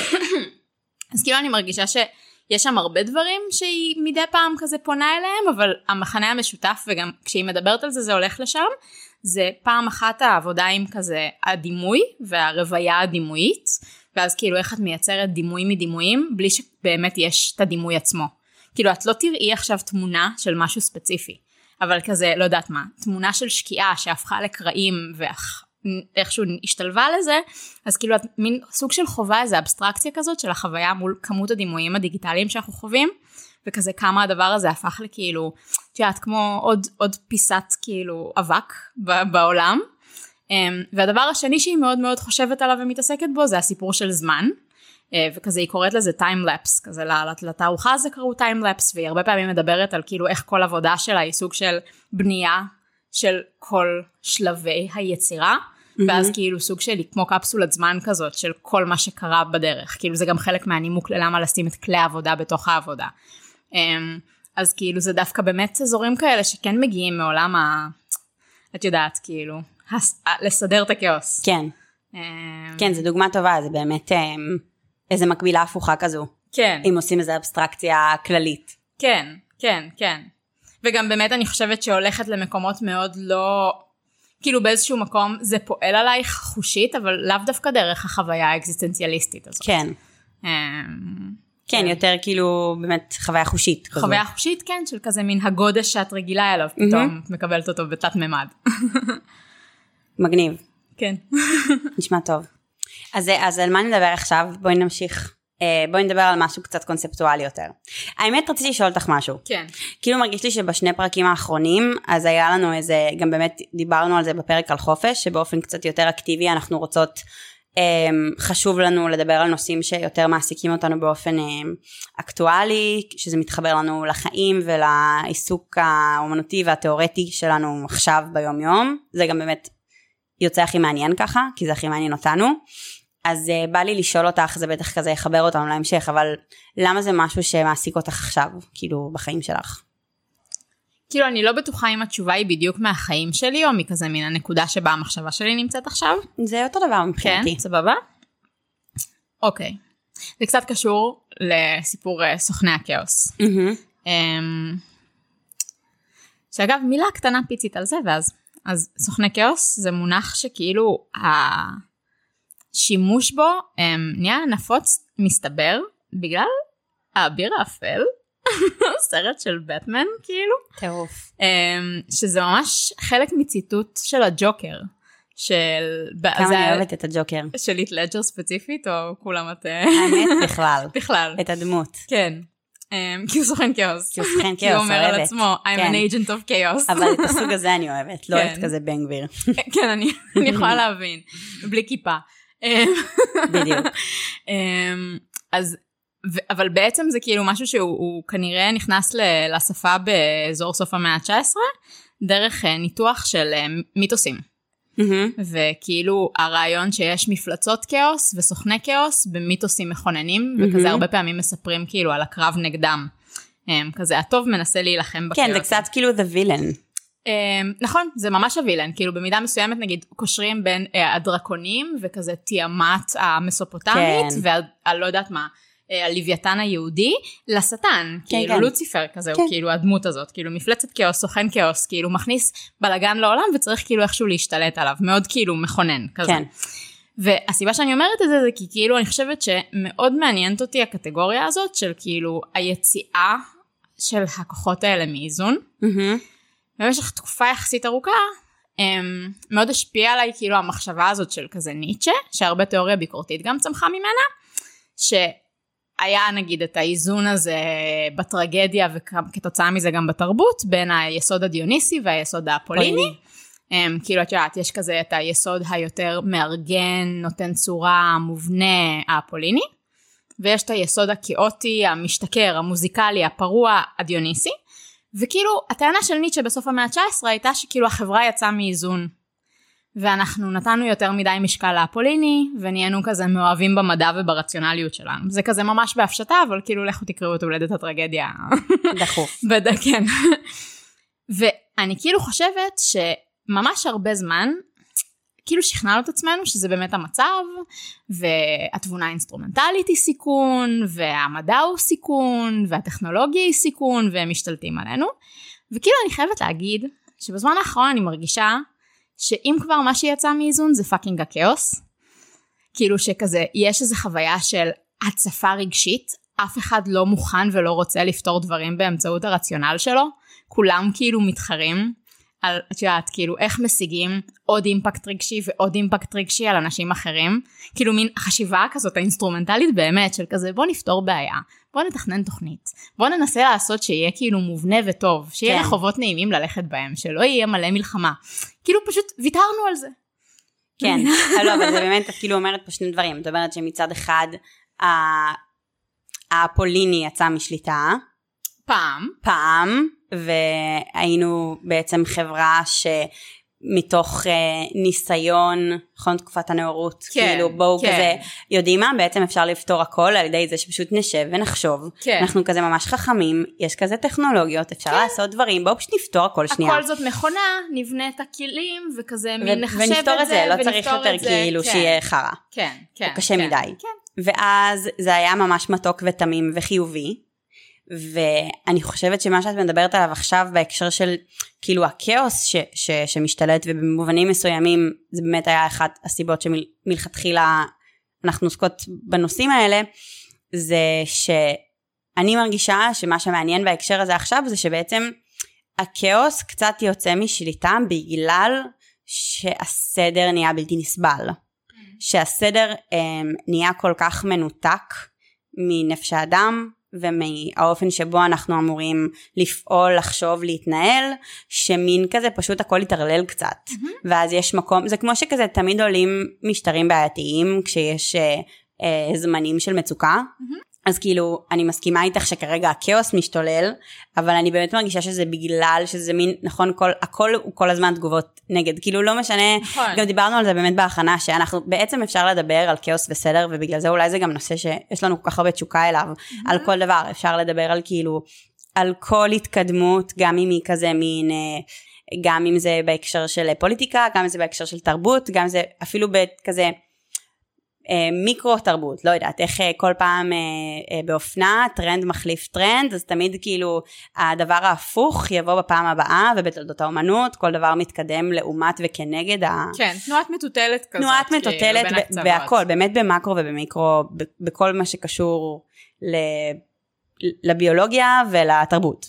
אז כאילו אני מרגישה שיש שם הרבה דברים שהיא מדי פעם כזה פונה אליהם, אבל המחנה המשותף, וגם כשהיא מדברת על זה, זה הולך לשם, זה פעם אחת העבודה עם כזה הדימוי והרוויה הדימויית, ואז כאילו איך את מייצרת דימוי מדימויים, בלי שבאמת יש את הדימוי עצמו. כאילו את לא תראי עכשיו תמונה של משהו ספציפי. אבל כזה, לא יודעת מה, תמונה של שקיעה שהפכה לקרעים ואיכשהו השתלבה לזה, אז כאילו מין סוג של חובה, איזו אבסטרקציה כזאת של החוויה מול כמות הדימויים הדיגיטליים שאנחנו חווים, וכזה כמה הדבר הזה הפך לכאילו, תיאת כמו עוד, עוד פיסת כאילו אבק בעולם, והדבר השני שהיא מאוד מאוד חושבת עליו ומתעסקת בו, זה הסיפור של זמן, וכזה היא קוראת לזה טיימלפס, כזה לתערוכה הזה קראו טיימלפס, והיא הרבה פעמים מדברת על כאילו איך כל עבודה שלה היא סוג של בנייה של כל שלבי היצירה, mm-hmm. ואז כאילו סוג של כמו קפסולת זמן כזאת של כל מה שקרה בדרך, כאילו זה גם חלק מהנימוק ללמה לשים את כלי העבודה בתוך העבודה. אז כאילו זה דווקא באמת אזורים כאלה שכן מגיעים מעולם ה... את יודעת, כאילו, לסדר את הכאוס. כן. כן, זו דוגמה טובה, זה באמת איזה מקבילה הפוכה כזו. כן. אם עושים איזו אבסטרקציה כללית. כן, כן, כן. וגם באמת אני חושבת שהולכת למקומות מאוד לא, כאילו באיזשהו מקום זה פועל עלייך חושית, אבל לאו דווקא דרך החוויה האקזיסטנציאליסטית הזאת. כן. כן, יותר כאילו באמת חוויה חושית. חוויה חושית, כן, של כזה מין הגודש שאת רגילה אליו, פתאום מקבלת אותו בתת ממד. מגניב. כן. נשמע טוב. אז, אז על מה נדבר עכשיו? בואי נמשיך. בואי נדבר על משהו קצת קונספטואלי יותר. האמת רציתי לשאול אותך משהו. כן. כאילו מרגיש לי שבשני פרקים האחרונים, אז היה לנו איזה, גם באמת דיברנו על זה בפרק על חופש, שבאופן קצת יותר אקטיבי אנחנו רוצות, חשוב לנו לדבר על נושאים שיותר מעסיקים אותנו באופן אקטואלי, שזה מתחבר לנו לחיים ולעיסוק האומנותי והתיאורטי שלנו עכשיו ביום יום. זה גם באמת יוצא הכי מעניין ככה, כי זה הכי מעניין אותנו. אז uh, בא לי לשאול אותך, זה בטח כזה יחבר אותנו להמשך, אבל למה זה משהו שמעסיק אותך עכשיו, כאילו בחיים שלך? כאילו אני לא בטוחה אם התשובה היא בדיוק מהחיים שלי, או מכזה מן הנקודה שבה המחשבה שלי נמצאת עכשיו. זה אותו דבר מבחינתי. כן, סבבה? אוקיי. זה קצת קשור לסיפור uh, סוכני הכאוס. Mm-hmm. Um, שאגב, מילה קטנה פיצית על זה, ואז אז סוכני כאוס זה מונח שכאילו השימוש בו um, נהיה נפוץ מסתבר בגלל האביר האפל, סרט של בטמן כאילו. טירוף. Um, שזה ממש חלק מציטוט של הג'וקר. של... כמה אני אוהבת את הג'וקר. של היט לג'ר ספציפית, או כולם את... האמת בכלל. בכלל. את הדמות. כן. כי הוא סוכן כאוס. כי הוא סוכן כאוס, כי הוא אומר על עצמו, I'm an agent of chaos. אבל את הסוג הזה אני אוהבת, לא אוהבת כזה בן גביר. כן, אני יכולה להבין. בלי כיפה. בדיוק. אז, אבל בעצם זה כאילו משהו שהוא כנראה נכנס לשפה באזור סוף המאה ה-תשע עשרה, דרך ניתוח של מיתוסים. Mm-hmm. וכאילו הרעיון שיש מפלצות כאוס וסוכני כאוס במיתוסים מכוננים, mm-hmm. וכזה הרבה פעמים מספרים כאילו על הקרב נגדם. Um, כזה הטוב מנסה להילחם בכאוס. כן, זה קצת כאילו the villain. Um, נכון, זה ממש הווילן, כאילו במידה מסוימת נגיד קושרים בין uh, הדרקונים וכזה תיאמת המסופוטמית, כן. ועל לא יודעת מה, הלוויתן היהודי, לשטן, כן, כאילו כן. לוציפר כזה, כן. הוא כאילו הדמות הזאת, כאילו מפלצת כאוס, סוכן כאוס, כאילו מכניס בלגן לעולם, וצריך כאילו איכשהו להשתלט עליו, מאוד כאילו מכונן כזה. כן. והסיבה שאני אומרת את זה, זה כי כאילו אני חושבת שמאוד מעניינת אותי הקטגוריה הזאת, של כאילו היציאה של הכוחות האלה מאיזון, mm-hmm. במשך תקופה יחסית ארוכה, הם, מאוד השפיעה עליי כאילו המחשבה הזאת של כזה ניטשה, שהרבה תיאוריה ביקורתית גם צמחה ממנה, שהיה נגיד את האיזון הזה בטרגדיה וכתוצאה מזה גם בתרבות, בין היסוד הדיוניסי והיסוד האפוליני. הם, כאילו את יודעת, יש כזה את היסוד היותר מארגן, נותן צורה מובנה האפוליני, ויש את היסוד הכאוטי, המשתכר, המוזיקלי, הפרוע, הדיוניסי, וכאילו הטענה של ניטשה בסוף המאה ה-תשע עשרה הייתה שכאילו החברה יצאה מאיזון, ואנחנו נתנו יותר מדי משקל לאפוליני, ונהיינו כזה מאוהבים במדע וברציונליות שלנו. זה כזה ממש בהפשטה, אבל כאילו לכו תקראו את הולדת הטרגדיה. דחוף. בדק, כן. ואני כאילו חושבת שממש הרבה זמן, כאילו שכנענו את עצמנו שזה באמת המצב, והתבונה האינסטרומנטלית היא סיכון, והמדע הוא סיכון, והטכנולוגיה היא סיכון, והם משתלטים עלינו. וכאילו אני חייבת להגיד, שבזמן האחרון אני מרגישה, שאם כבר מה שיצא מאיזון זה פאקינג הכאוס, כאילו שכזה יש איזו חוויה של הצפה רגשית, אף אחד לא מוכן ולא רוצה לפתור דברים באמצעות הרציונל שלו, כולם כאילו מתחרים על, את יודעת, כאילו איך משיגים עוד אימפקט רגשי ועוד אימפקט רגשי על אנשים אחרים, כאילו מין חשיבה כזאת האינסטרומנטלית באמת של כזה בוא נפתור בעיה, בוא נתכנן תוכנית, בוא ננסה לעשות שיהיה כאילו מובנה וטוב, שיהיה כן. רחובות נעימים ללכת בהם, שלא יהיה מלא מלחמה, כאילו פשוט ויתרנו על זה. כן, לא, אבל זה באמת, את כאילו אומרת פה שני דברים, את אומרת שמצד אחד, האפוליני יצא משליטה, פעם, פעם, והיינו בעצם חברה מתוך אה, ניסיון, נכון, תקופת הנאורות, כן, כאילו בואו כן. כזה, יודעים מה, בעצם אפשר לפתור הכל על ידי זה שפשוט נשב ונחשוב, כן. אנחנו כזה ממש חכמים, יש כזה טכנולוגיות, אפשר כן. לעשות דברים, בואו פשוט נפתור הכל שנייה. הכל זאת מכונה, נבנה את הכלים, וכזה מין ו- נחשב ונפתור את את זה, זה, לא ונפתור צריך יותר את זה, כאילו כן. שיהיה חרה. כן, כן. קשה כן, מדי. כן. ואז זה היה ממש מתוק ותמים וחיובי, ואני חושבת שמה שאת מדברת עליו עכשיו בהקשר של כאילו הכאוס ש, ש, שמשתלט, ובמובנים מסוימים זה באמת היה אחת הסיבות שמלכתחילה אנחנו עוסקות בנושאים האלה, זה שאני מרגישה שמה שמעניין בהקשר הזה עכשיו זה שבעצם הכאוס קצת יוצא משליטה בגלל שהסדר נהיה בלתי נסבל, שהסדר um, נהיה כל כך מנותק מנפש האדם ומהאופן שבו אנחנו אמורים לפעול, לחשוב, להתנהל, שמין כזה פשוט הכל יתרלל קצת. Mm-hmm. ואז יש מקום, זה כמו שכזה תמיד עולים משטרים בעייתיים כשיש אה, אה, זמנים של מצוקה. Mm-hmm. אז כאילו אני מסכימה איתך שכרגע הכאוס משתולל, אבל אני באמת מרגישה שזה בגלל שזה מין, נכון, כל, הכל הוא כל הזמן תגובות נגד, כאילו לא משנה, נכון. גם דיברנו על זה באמת בהכנה, שאנחנו בעצם אפשר לדבר על כאוס וסדר, ובגלל זה אולי זה גם נושא שיש לנו כל כך הרבה תשוקה אליו, mm-hmm. על כל דבר, אפשר לדבר על כאילו, על כל התקדמות, גם אם היא כזה מין, גם אם זה בהקשר של פוליטיקה, גם אם זה בהקשר של תרבות, גם אם זה אפילו בכזה, מיקרו תרבות, לא יודעת, איך כל פעם באופנה, טרנד מחליף טרנד, אז תמיד כאילו הדבר ההפוך יבוא בפעם הבאה, ובתולדות האומנות, כל דבר מתקדם לעומת וכנגד ה... כן, תנועת מטוטלת כזאת. תנועת מטוטלת בהכל, באמת במקרו ובמיקרו, בכל מה שקשור לביולוגיה ולתרבות.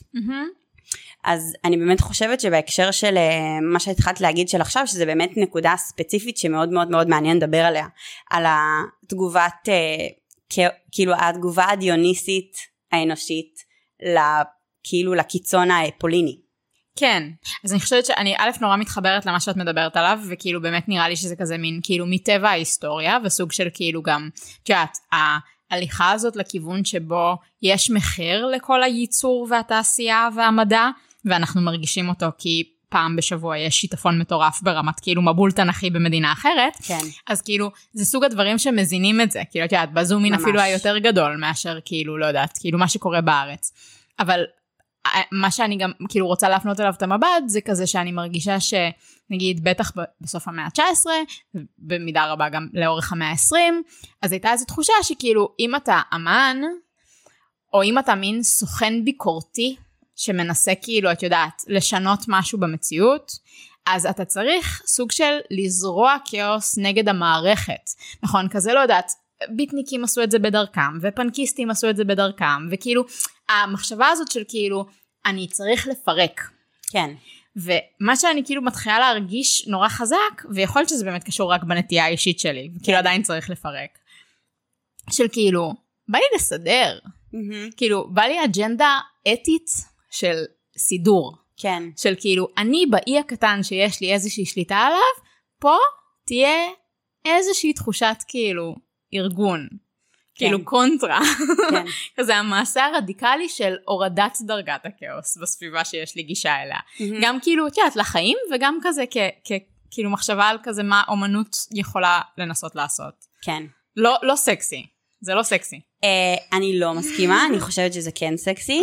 אז אני באמת חושבת שבהקשר של מה שהתחלת להגיד של עכשיו, שזה באמת נקודה ספציפית שמאוד מאוד מאוד מעניין לדבר עליה, על התגובת, כאילו התגובה הדיוניסית האנושית, כאילו לקיצון הפוליני. כן, אז אני חושבת שאני א' נורא מתחברת למה שאת מדברת עליו, וכאילו באמת נראה לי שזה כזה מין כאילו מטבע ההיסטוריה, וסוג של כאילו גם, תשעת, ההליכה הזאת לכיוון שבו יש מחיר לכל הייצור והתעשייה והמדע, ואנחנו מרגישים אותו כי פעם בשבוע יש שיטפון מטורף ברמת כאילו מבול תנכי במדינה אחרת, כן. אז כאילו זה סוג הדברים שמזינים את זה, כאילו את יודעת, בזומין אפילו היותר גדול מאשר כאילו לא יודעת, כאילו מה שקורה בארץ, אבל מה שאני גם כאילו רוצה להפנות אליו את המבט, זה כזה שאני מרגישה שנגיד בטח בסוף המאה ה-תשע עשרה, במידה רבה גם לאורך המאה ה-עשרים, אז הייתה איזו תחושה שכאילו אם אתה אמן, או אם אתה מין סוכן ביקורתי, שמנסה כאילו, את יודעת, לשנות משהו במציאות, אז אתה צריך סוג של לזרוע כאוס נגד המערכת. נכון, כזה לא יודעת, ביטניקים עשו את זה בדרכם, ופנקיסטים עשו את זה בדרכם, וכאילו, המחשבה הזאת של כאילו, אני צריך לפרק. כן. ומה שאני כאילו מתחילה להרגיש נורא חזק, ויכול להיות שזה באמת קשור רק בנטייה האישית שלי, וכאילו כן. עדיין צריך לפרק. של כאילו, בא לי לסדר. Mm-hmm. כאילו, בא לי אג'נדה אתית של סידור. כן. של כאילו, אני באי הקטן שיש לי איזושהי שליטה עליו, פה תהיה איזושהי תחושת כאילו, ארגון. כאילו קונטרה. כן. כזה המעשה הרדיקלי של הורדת דרגת הכאוס בסביבה שיש לי גישה אליה. Mm-hmm. גם כאילו, תיאת, לחיים, וגם כזה כ, כ, כאילו מחשבה על כזה מה אומנות יכולה לנסות לעשות. כן. לא, לא סקסי. זה לא סקסי. Uh, אני לא מסכימה, אני חושבת שזה כן סקסי,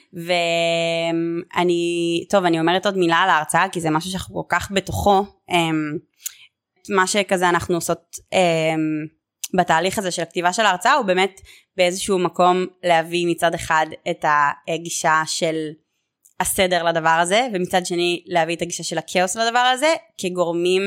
ואני, טוב, אני אומרת עוד מילה על ההרצאה, כי זה משהו שאנחנו כל כך בתוכו, um, מה שכזה אנחנו עושות um, בתהליך הזה של הכתיבה של ההרצאה, הוא באמת באיזשהו מקום להביא מצד אחד את הגישה של הסדר לדבר הזה, ומצד שני להביא את הגישה של הכאוס לדבר הזה, כגורמים,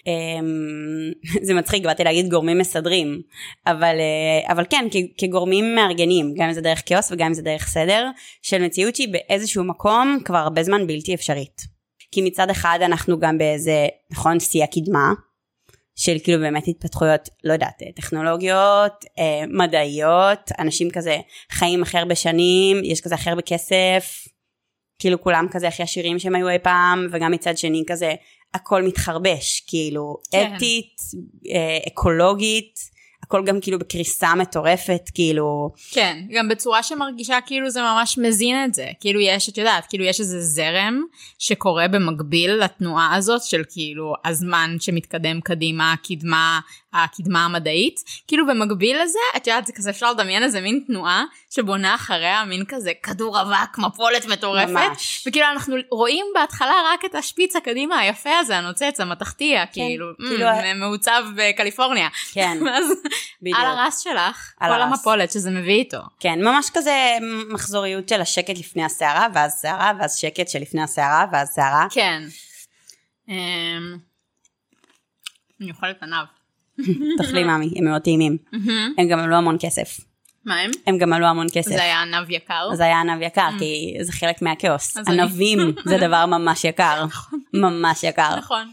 זה מצחיק, באתי להגיד גורמים מסדרים, אבל, אבל כן, כגורמים מארגנים, גם אם זה דרך כאוס וגם אם זה דרך סדר, של מציאות שהיא באיזשהו מקום כבר הרבה זמן בלתי אפשרית. כי מצד אחד אנחנו גם באיזה, נכון, שיא הקדמה, של כאילו באמת התפתחויות, לא יודעת, טכנולוגיות, מדעיות, אנשים כזה חיים הכי הרבה שנים, יש כזה הכי הרבה כסף, כאילו כולם כזה הכי עשירים שהם היו אי פעם, וגם מצד שני כזה, הכל מתחרבש, כאילו, כן. אתית, אקולוגית, הכל גם כאילו בקריסה מטורפת, כאילו... כן, גם בצורה שמרגישה כאילו זה ממש מזין את זה. כאילו יש, את יודעת, כאילו יש איזה זרם שקורה במקביל לתנועה הזאת של כאילו הזמן שמתקדם קדימה, הקדמה, הקדמה המדעית. כאילו במקביל לזה, את יודעת, זה כזה אפשר לדמיין איזה מין תנועה שבונה אחריה מין כזה כדור אבק, מפולת מטורפת. ממש. וכאילו אנחנו רואים בהתחלה רק את השפיץ הקדימה היפה הזה, הנוצץ, המתחתי, כן, כאילו, כאילו מ- מעוצב בקליפורניה. כן. אז על הרס שלך, כל הרס. המפולת שזה מביא איתו. כן, ממש כזה מחזוריות של השקט לפני הסערה, ואז סערה, ואז שקט שלפני הסערה, ואז סערה. כן. אני אוכלת ענב. תאכלי מאמי, הם מאוד טעימים. הם גם עלו המון כסף. מה הם? הם גם עלו המון כסף. זה היה ענב יקר? זה היה ענב יקר, כי זה חלק מהכאוס. ענבים זה דבר ממש יקר. ממש יקר. נכון.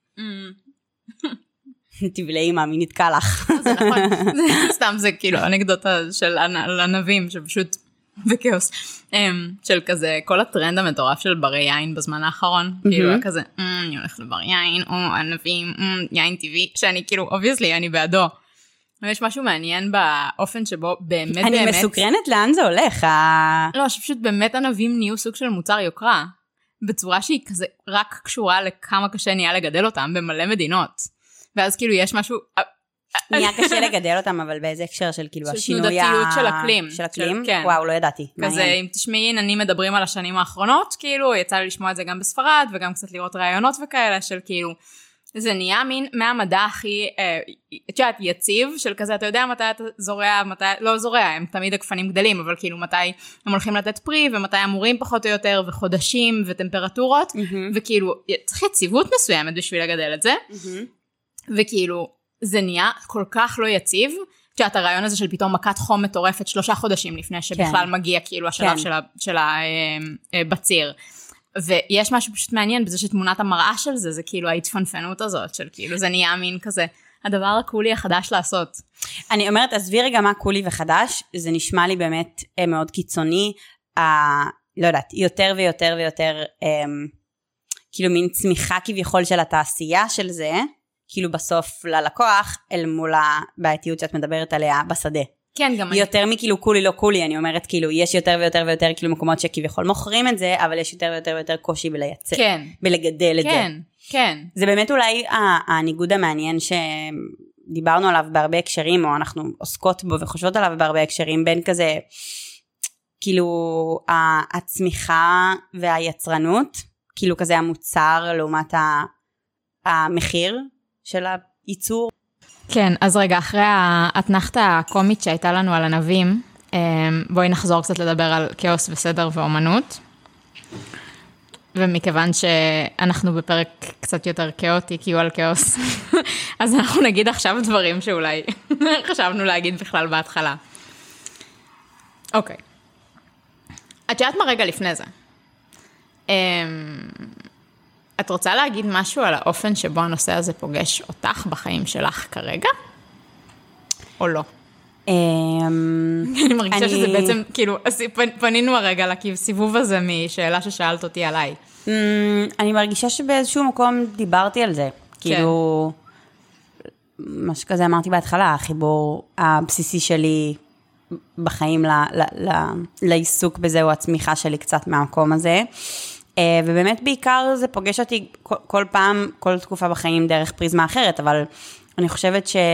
תבלעי מאמי, נתקע לך. זה נכון. סתם זה כאילו אנקדוטה של ענבים שפשוט וכאוס. של כזה כל הטרנד המטורף של ברי יין בזמן האחרון. כאילו כזה, אני הולך לבר יין, או ענבים, יין טבעי, שאני כאילו, obviously, אני בעדו. ויש משהו מעניין באופן שבו באמת באמת... אני מסוקרנת לאן זה הולך. לא, שפשוט באמת ענבים נהיו סוג של מוצר יוקרה. בצורה שהיא כזה רק קשורה לכמה קשה נהיה לגדל אותם במלא מדינות. ואז כאילו יש משהו... נהיה קשה לגדל אותם, אבל באיזה הקשר של כאילו השינוי... של תנודתיות של אקלים. של אקלים? וואו, לא ידעתי. כזה, אם תשמעי, עננים מדברים על השנים האחרונות, כאילו, יצא לי לשמוע את זה גם בספרד, וגם קצת לראות רעיונות וכאלה, של כאילו, זה נהיה מין מהמדע הכי, את יודעת, יציב, של כזה, אתה יודע מתי אתה זורע, מתי, לא זורע, הם תמיד הגפנים גדלים, אבל כאילו מתי הם הולכים לתת פרי, ומתי אמורים פחות או יותר, וחודשים, וטמפרטורות, וכאילו, צריך יציבות מסוימת בשביל לגדל את זה, וכאילו, זה נהיה כל כך לא יציב, שאת הרעיון הזה של פתאום מכת חום מטורפת, שלושה חודשים לפני שבכלל מגיע כאילו השלב של הבציר. ויש משהו פשוט מעניין בזה שתמונת המראה של זה, זה כאילו ההתפנפנות הזאת, של כאילו זה נהיה מין כזה, הדבר הקולי החדש לעשות. אני אומרת, עזבי רגע מה קולי וחדש, זה נשמע לי באמת מאוד קיצוני, לא יודעת, יותר ויותר ויותר, כאילו מין צמיחה כביכול של התעשייה של זה, כאילו בסוף ללקוח, אל מול הבעייתיות שאת מדברת עליה בשדה. כן, גם יותר אני... מכאילו קולי לא קולי, אני אומרת כאילו, יש יותר ויותר ויותר כאילו מקומות שכביכול מוכרים את זה, אבל יש יותר ויותר ויותר קושי בלייצר, כן. בלגדל את כן, זה. כן, כן. זה באמת אולי הניגוד המעניין שדיברנו עליו בהרבה הקשרים, או אנחנו עוסקות בו וחושבות עליו בהרבה הקשרים, בין כזה, כאילו, הצמיחה והיצרנות, כאילו כזה המוצר לעומת המחיר של הייצור. כן, אז רגע, אחרי האתנחתה הקומית שהייתה לנו על ענבים, בואי נחזור קצת לדבר על כאוס וסדר ואומנות. ומכיוון שאנחנו בפרק קצת יותר כאוטי, כי הוא על כאוס, אז אנחנו נגיד עכשיו דברים שאולי חשבנו להגיד בכלל בהתחלה. אוקיי. את יודעת מה רגע לפני זה? את רוצה להגיד משהו על האופן שבו הנושא הזה פוגש אותך בחיים שלך כרגע? או לא? אני מרגישה שזה בעצם, כאילו, פנינו הרגע לסיבוב הזה משאלה ששאלת אותי עליי. אני מרגישה שבאיזשהו מקום דיברתי על זה. כאילו, מה שכזה אמרתי בהתחלה, החיבור הבסיסי שלי בחיים לעיסוק בזה, או הצמיחה שלי קצת מהמקום הזה. ובאמת בעיקר זה פוגש אותי כל, כל פעם, כל תקופה בחיים דרך פריזמה אחרת, אבל אני חושבת ש...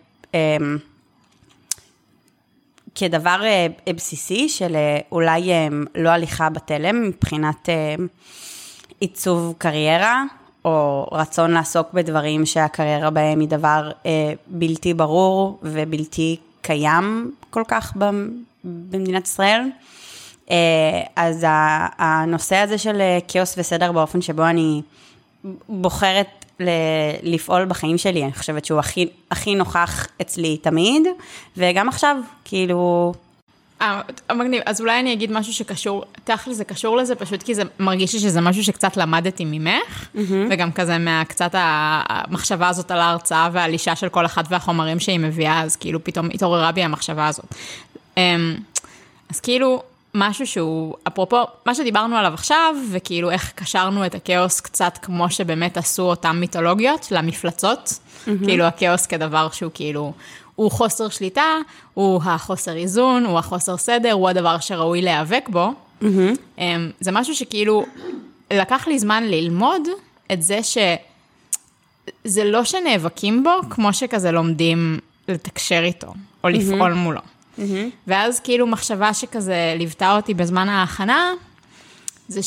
כדבר בסיסי של אולי לא הליכה בתלם מבחינת עיצוב קריירה, או רצון לעסוק בדברים שהקריירה בהם היא דבר בלתי ברור ובלתי קיים כל כך במדינת ישראל. אז הנושא הזה של כאוס וסדר באופן שבו אני בוחרת לפעול בחיים שלי, אני חושבת שהוא הכי, הכי נוכח אצלי תמיד, וגם עכשיו, כאילו... מגניב, אז אולי אני אגיד משהו שקשור, תכל'ס זה קשור לזה, פשוט כי זה מרגיש לי שזה משהו שקצת למדתי ממך, וגם כזה מהקצת המחשבה הזאת על ההרצאה והלישה של כל אחת והחומרים שהיא מביאה, אז כאילו פתאום התעוררה בי המחשבה הזאת. אז כאילו... משהו שהוא, אפרופו, מה שדיברנו עליו עכשיו, וכאילו איך קשרנו את הכאוס קצת כמו שבאמת עשו אותם מיתולוגיות למפלצות, mm-hmm. כאילו הכאוס כדבר שהוא כאילו, הוא חוסר שליטה, הוא החוסר איזון, הוא החוסר סדר, הוא הדבר שראוי להיאבק בו. Mm-hmm. זה משהו שכאילו, לקח לי זמן ללמוד את זה שזה לא שנאבקים בו, כמו שכזה לומדים לתקשר איתו, או לפעול mm-hmm. מולו. Mm-hmm. ואז כאילו מחשבה שכזה ליוותה אותי בזמן ההכנה, זה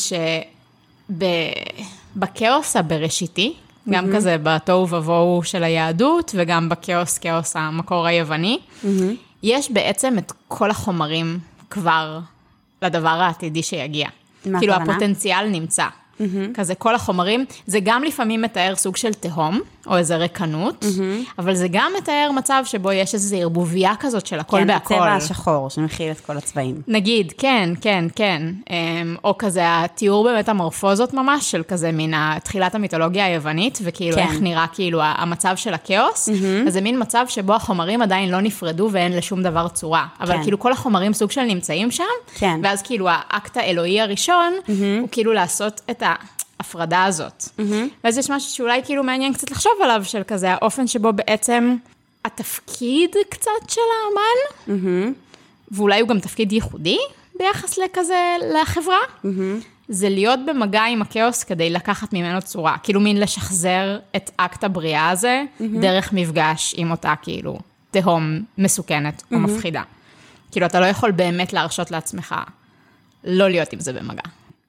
שבקאוס הבראשיתי, mm-hmm. גם כזה בתוהו ובוהו של היהדות, וגם בקאוס, כאוס המקור היווני, mm-hmm. יש בעצם את כל החומרים כבר לדבר העתידי שיגיע. כאילו הכוונה? הפוטנציאל נמצא. Mm-hmm. כזה כל החומרים, זה גם לפעמים מתאר סוג של תהום, או איזה רקנות, mm-hmm. אבל זה גם מתאר מצב שבו יש איזו ערבוביה כזאת של הכל כן, בהכל. כן, הצבע השחור שמכיל את כל הצבעים. נגיד, כן, כן, כן. או כזה התיאור במטמורפוזות ממש, של כזה מן תחילת המיתולוגיה היוונית, וכאילו כן. איך נראה כאילו המצב של הכאוס, mm-hmm. אז זה מין מצב שבו החומרים עדיין לא נפרדו ואין לשום דבר צורה. אבל כן. כאילו כל החומרים סוג של נמצאים שם, כן. ואז כאילו האקט האלוהי הראשון, mm-hmm. הוא כאילו לעשות את ה... הפרדה הזאת. Mm-hmm. ואז יש משהו שאולי כאילו מעניין קצת לחשוב עליו, של כזה האופן שבו בעצם התפקיד קצת של האמן, mm-hmm. ואולי הוא גם תפקיד ייחודי ביחס לכזה לחברה, mm-hmm. זה להיות במגע עם הכאוס כדי לקחת ממנו צורה, כאילו מין לשחזר את אקט הבריאה הזה, mm-hmm. דרך מפגש עם אותה כאילו תהום מסוכנת mm-hmm. או מפחידה. כאילו אתה לא יכול באמת להרשות לעצמך לא להיות עם זה במגע.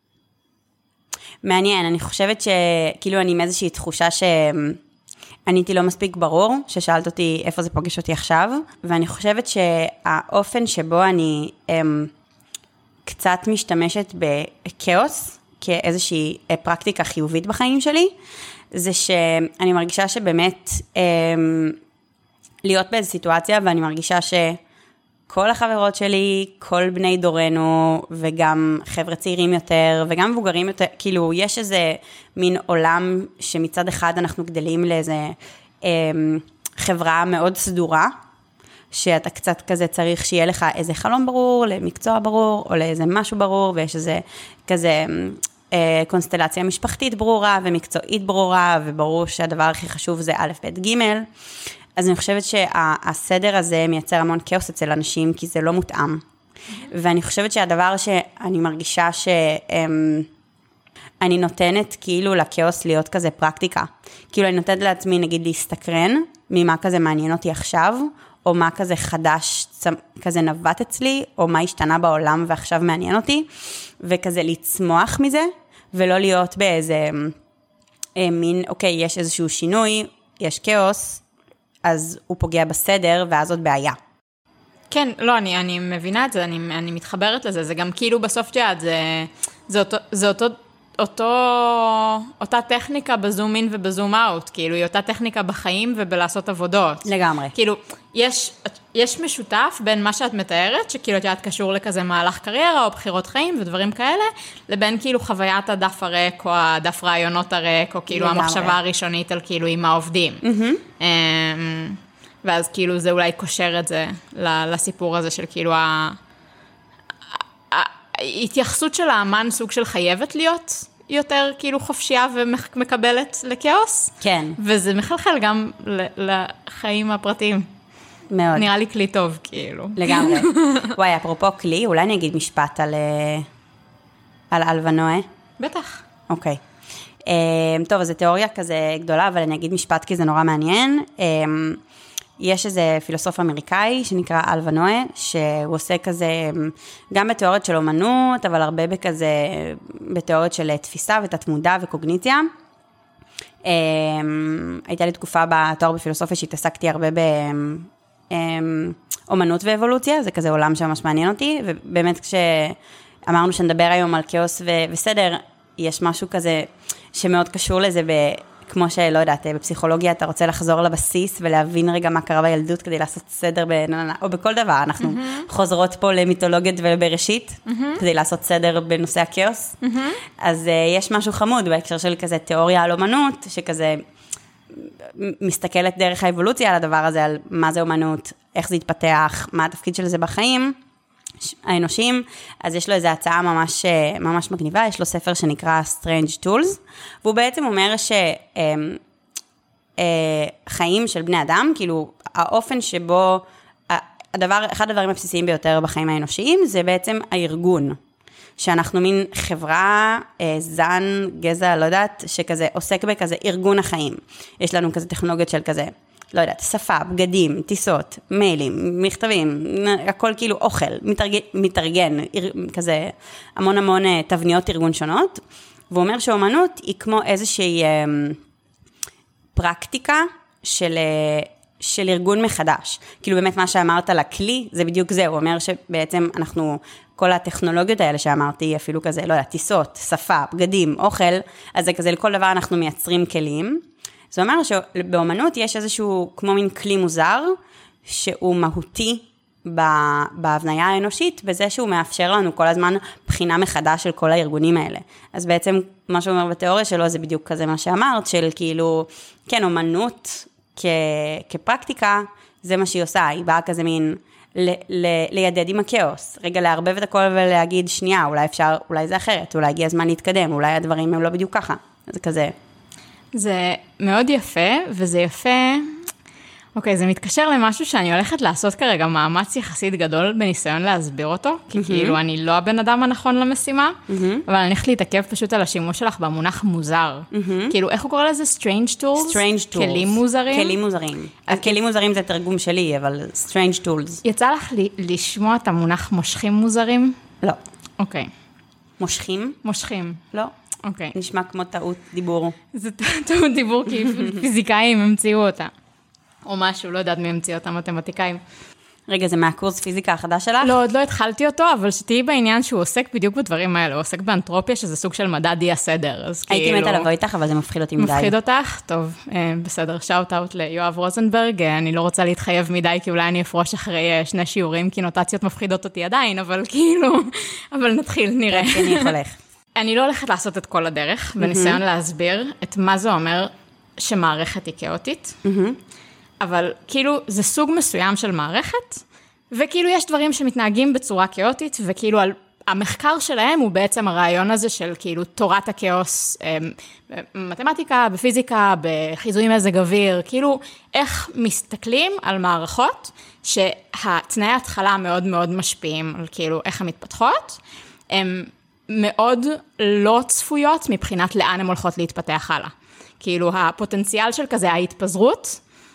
מעניין, אני חושבת שכאילו אני עם איזושהי תחושה שעניתי לא מספיק ברור, ששאלת אותי איפה זה פוגש אותי עכשיו, ואני חושבת שהאופן שבו אני הם, קצת משתמשת בכאוס, כאיזושהי פרקטיקה חיובית בחיים שלי, זה שאני מרגישה שבאמת הם, להיות באיזו סיטואציה, ואני מרגישה ש... כל החברות שלי, כל בני דורנו, וגם חבר'ה צעירים יותר, וגם מבוגרים יותר, כאילו, יש איזה מין עולם שמצד אחד אנחנו גדלים לאיזה אה, חברה מאוד סדורה, שאתה קצת כזה צריך שיהיה לך איזה חלום ברור, למקצוע ברור, או לאיזה משהו ברור, ויש איזה כזה אה, קונסטלציה משפחתית ברורה, ומקצועית ברורה, וברור שהדבר הכי חשוב זה א', ב', ג', אז אני חושבת שהסדר הזה מייצר המון כאוס אצל אנשים, כי זה לא מותאם. ואני חושבת שהדבר שאני מרגישה שאני נותנת כאילו לכאוס להיות כזה פרקטיקה. כאילו אני נותנת לעצמי נגיד להסתקרן ממה כזה מעניין אותי עכשיו, או מה כזה חדש כזה נבט אצלי, או מה השתנה בעולם ועכשיו מעניין אותי, וכזה לצמוח מזה, ולא להיות באיזה מין, אוקיי, יש איזשהו שינוי, יש כאוס, אז הוא פוגע בסדר, ואז זאת בעיה. כן, לא, אני, אני מבינה את זה, אני, אני מתחברת לזה, זה גם כאילו בסוף ג'אד, זה, זה אותו, זה אותו, אותו, אותה טכניקה בזום אין ובזום אאוט, כאילו, היא אותה טכניקה בחיים ובלעשות עבודות. לגמרי. כאילו, יש, יש משותף בין מה שאת מתארת, שכאילו את קשור לכזה מהלך קריירה, או בחירות חיים ודברים כאלה, לבין כאילו חוויית הדף הריק, או הדף רעיונות הריק, או כאילו לגמרי. המחשבה הראשונית על כאילו עם העובדים. Mm-hmm. ואז כאילו זה אולי קושר את זה לסיפור הזה של כאילו ההתייחסות של האמן סוג של חייבת להיות יותר כאילו חופשייה ומקבלת לכאוס. כן. וזה מחלחל גם לחיים הפרטיים. מאוד. נראה לי כלי טוב כאילו. לגמרי. וואי, אפרופו כלי, אולי אני אגיד משפט על על אל ונועה? בטח. אוקיי. טוב, אז זו תיאוריה כזה גדולה, אבל אני אגיד משפט כי זה נורא מעניין. יש איזה פילוסוף אמריקאי שנקרא אל ונועה, שהוא עושה כזה, גם בתיאוריות של אומנות, אבל הרבה בכזה, בתיאוריות של תפיסה ותת מודע וקוגניציה. הייתה לי תקופה בתואר בפילוסופיה שהתעסקתי הרבה באומנות ואבולוציה, זה כזה עולם שממש מעניין אותי, ובאמת כשאמרנו שנדבר היום על כאוס וסדר, יש משהו כזה שמאוד קשור לזה, כמו שלא יודעת, בפסיכולוגיה אתה רוצה לחזור לבסיס ולהבין רגע מה קרה בילדות כדי לעשות סדר, או בכל דבר, אנחנו חוזרות פה למיתולוגיות ולבראשית, כדי לעשות סדר בנושא הכאוס, אז יש משהו חמוד בהקשר של כזה תיאוריה על אומנות, שכזה מסתכלת דרך האבולוציה על הדבר הזה, על מה זה אומנות, איך זה יתפתח, מה התפקיד של זה בחיים, האנושים, אז יש לו איזו הצעה ממש, ממש מגניבה, יש לו ספר שנקרא Strange Tools, והוא בעצם אומר אה, חיים של בני אדם, כאילו האופן שבו, הדבר, אחד הדברים הבסיסיים ביותר בחיים האנושיים, זה בעצם הארגון, שאנחנו מין חברה, אה, זן, גזע, לא יודעת, שכזה עוסק בכזה ארגון החיים. יש לנו כזה טכנולוגיות של כזה, לא יודעת, שפה, בגדים, טיסות, מיילים, מכתבים, הכל כאילו אוכל, מתארגן, מתארגן כזה המון המון תבניות ארגון שונות, והוא אומר שאומנות היא כמו איזושהי אה, פרקטיקה של, אה, של ארגון מחדש. כאילו באמת מה שאמרת לכלי, זה בדיוק זה, הוא אומר שבעצם אנחנו, כל הטכנולוגיות האלה שאמרתי, אפילו כזה, לא יודעת, טיסות, שפה, בגדים, אוכל, אז זה כזה לכל דבר אנחנו מייצרים כלים. זה אומר שבאמנות יש איזשהו כמו מין כלי מוזר, שהוא מהותי בהבניה האנושית, בזה שהוא מאפשר לנו כל הזמן בחינה מחדש של כל הארגונים האלה. אז בעצם מה שהוא אומר בתיאוריה שלו, זה בדיוק כזה מה שאמרת, של כאילו, כן, אמנות כ, כפרקטיקה, זה מה שהיא עושה, היא באה כזה מין ל, ל, לידד עם הכאוס, רגע להרבב את הכל ולהגיד, שנייה, אולי אפשר, אולי זה אחרת, אולי הגיע הזמן להתקדם, אולי הדברים הם לא בדיוק ככה, זה כזה. זה מאוד יפה, וזה יפה, אוקיי, זה מתקשר למשהו שאני הולכת לעשות כרגע מאמץ יחסית גדול בניסיון להסביר אותו, כי mm-hmm. כאילו אני לא הבן אדם הנכון למשימה, mm-hmm. אבל אני הולכת להתעכב פשוט על השימוש שלך במונח מוזר. Mm-hmm. כאילו, איך הוא קורא לזה? Strange tools? Strange tools. כלים מוזרים? כלים מוזרים. הכלים מוזרים זה תרגום שלי, אבל Strange tools. יצא לך לשמוע את המונח מושכים מוזרים? לא. אוקיי. מושכים? מושכים. לא. אוקיי. נשמע כמו טעות דיבור. זה טעות דיבור, כי פיזיקאים המציאו אותה. או משהו, לא יודעת מי המציא אותה, מתמטיקאים. רגע, זה מהקורס פיזיקה החדש שלך? לא, עוד לא התחלתי אותו, אבל שתהי בעניין שהוא עוסק בדיוק בדברים האלה, הוא עוסק באנתרופיה, שזה סוג של מדע די הסדר, אז כאילו... הייתי מתה לבוא איתך, אבל זה מפחיד אותי מדי. מפחיד אותך? טוב, בסדר, שאוט אאוט ליואב רוזנברג, אני לא רוצה להתחייב מדי, כי אולי אני אפרוש אחרי שני שיעורים, כי נוטציות מפחידות אותי עדיין, אבל כאילו, אבל נתחיל, נראה. כן, אני הולך. אני לא הולכת לעשות את כל הדרך, בניסיון להסביר את מה זה אומר שמערכת היא כאוטית, אבל כאילו זה סוג מסוים של מערכת, וכאילו יש דברים שמתנהגים בצורה כאוטית, וכאילו המחקר שלהם הוא בעצם הרעיון הזה של כאילו תורת הכאוס, במתמטיקה, בפיזיקה, בחיזוי מזג אוויר, כאילו איך מסתכלים על מערכות שהתנאי ההתחלה מאוד מאוד משפיעים על כאילו איך הן מתפתחות, הם מאוד לא צפויות מבחינת לאן הן הולכות להתפתח הלאה. כאילו הפוטנציאל של כזה ההתפזרות,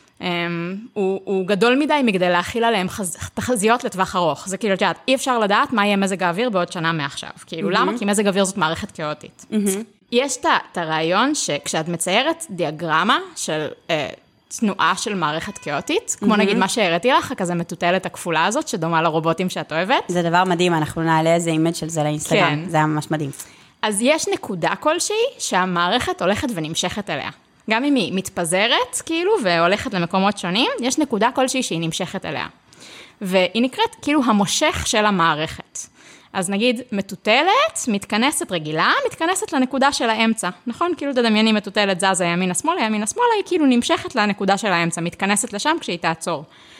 הוא, הוא גדול מדי מכדי להכיל עליהם תחזיות לטווח ארוך. זה כאילו, אי אפשר לדעת מה יהיה מזג האוויר בעוד שנה מעכשיו. כאילו, למה? כי מזג האוויר זאת מערכת כאוטית. יש את הרעיון שכשאת מציירת דיאגרמה של תנועה של מערכת כאוטית, כמו נגיד מה שהראיתי לך, כזה מטוטלת הכפולה הזאת, שדומה לרובוטים שאת אוהבת. זה דבר מדהים, אנחנו נעלה איזה אימג' של זה לאינסטגרם, זה היה ממש מדהים. אז יש נקודה כלשהי שהמערכת הולכת ונמשכת אליה. גם אם היא מתפזרת, כאילו, והולכת למקומות שונים, יש נקודה כלשהי שהיא נמשכת אליה. והיא נקראת, כאילו, המושך של המערכת. אז נגיד, מטוטלת, מתכנסת רגילה, מתכנסת לנקודה של האמצע. נכון? כאילו, תדמייני מטוטלת זזה ימינה שמאלה, ימינה שמאלה, היא כאילו נמשכת לנקודה של האמצע, מתכנסת לשם כשהיא תעצור.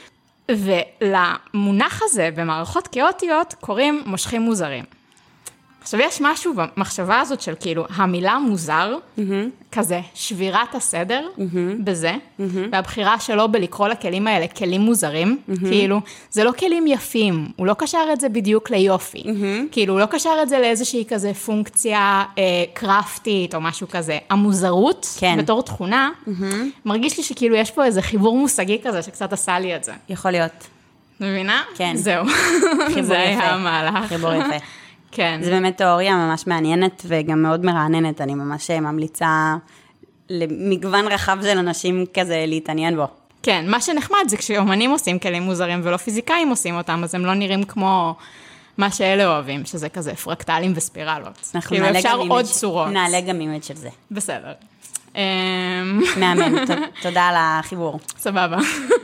ולמונח הזה, במערכות כאוטיות, קוראים מושכים מוזרים. עכשיו, יש משהו במחשבה הזאת של כאילו, המילה מוזר, mm-hmm. כזה, שבירת הסדר mm-hmm. בזה, mm-hmm. והבחירה שלו בלקרוא לכלים האלה כלים מוזרים, mm-hmm. כאילו, זה לא כלים יפים, הוא לא קשר את זה בדיוק ליופי, mm-hmm. כאילו, הוא לא קשר את זה לאיזושהי כזה פונקציה אה, קרפטית או משהו כזה. המוזרות, כן. בתור תכונה, mm-hmm. מרגיש לי שכאילו יש פה איזה חיבור מושגי כזה שקצת עשה לי את זה. יכול להיות. מבינה? כן. זהו. זה היה המהלך. חיבור יפה. כן. זה באמת תיאוריה ממש מעניינת וגם מאוד מרעננת, אני ממש ממליצה למגוון רחב של אנשים כזה להתעניין בו. כן, מה שנחמד זה כשאומנים עושים כלים מוזרים ולא פיזיקאים עושים אותם, אז הם לא נראים כמו מה שאלה אוהבים, שזה כזה פרקטלים וספירלות. כאילו אפשר עוד צורות. נעלה גם אימג' של זה. בסדר. מאמן, תודה על החיבור. סבבה.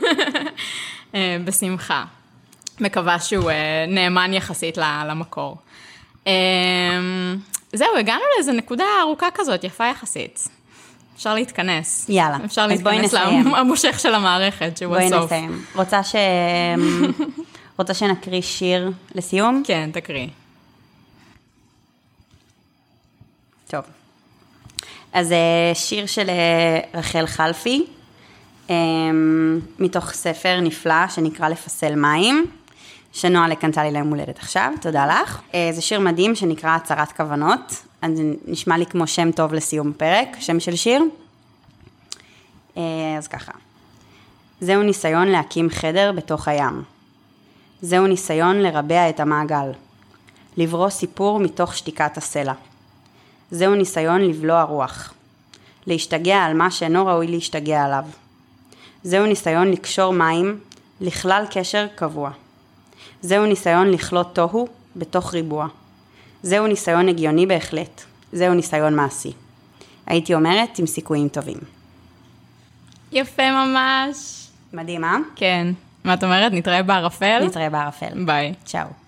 בשמחה. מקווה שהוא נאמן יחסית למקור. זהו, הגענו לאיזו נקודה ארוכה כזאת, יפה יחסית. אפשר להתכנס. יאללה. אפשר להתכנס למושך של המערכת, שהוא הסוף. בואי נסיים. רוצה ש... רוצה שנקריא שיר לסיום? כן, תקריא. טוב. אז שיר של רחל חלפי, מתוך ספר נפלא שנקרא לפסל מים, שנועה לקנתה לי ליום הולדת עכשיו, תודה לך. זה שיר מדהים שנקרא הצהרת כוונות, אז נשמע לי כמו שם טוב לסיום פרק, שם של שיר. אז ככה. זהו ניסיון להקים חדר בתוך הים. זהו ניסיון לרבע את המעגל. לברוא סיפור מתוך שתיקת הסלע. זהו ניסיון לבלוע רוח. להשתגע על מה שאינו ראוי להשתגע עליו. זהו ניסיון לקשור מים לכלל קשר קבוע. זהו ניסיון לכלות תוהו בתוך ריבוע. זהו ניסיון הגיוני בהחלט. זהו ניסיון מעשי. הייתי אומרת עם סיכויים טובים. יפה ממש. מדהימה. כן. מה את אומרת? נתראה בערפל? נתראה בערפל. ביי. צ'או.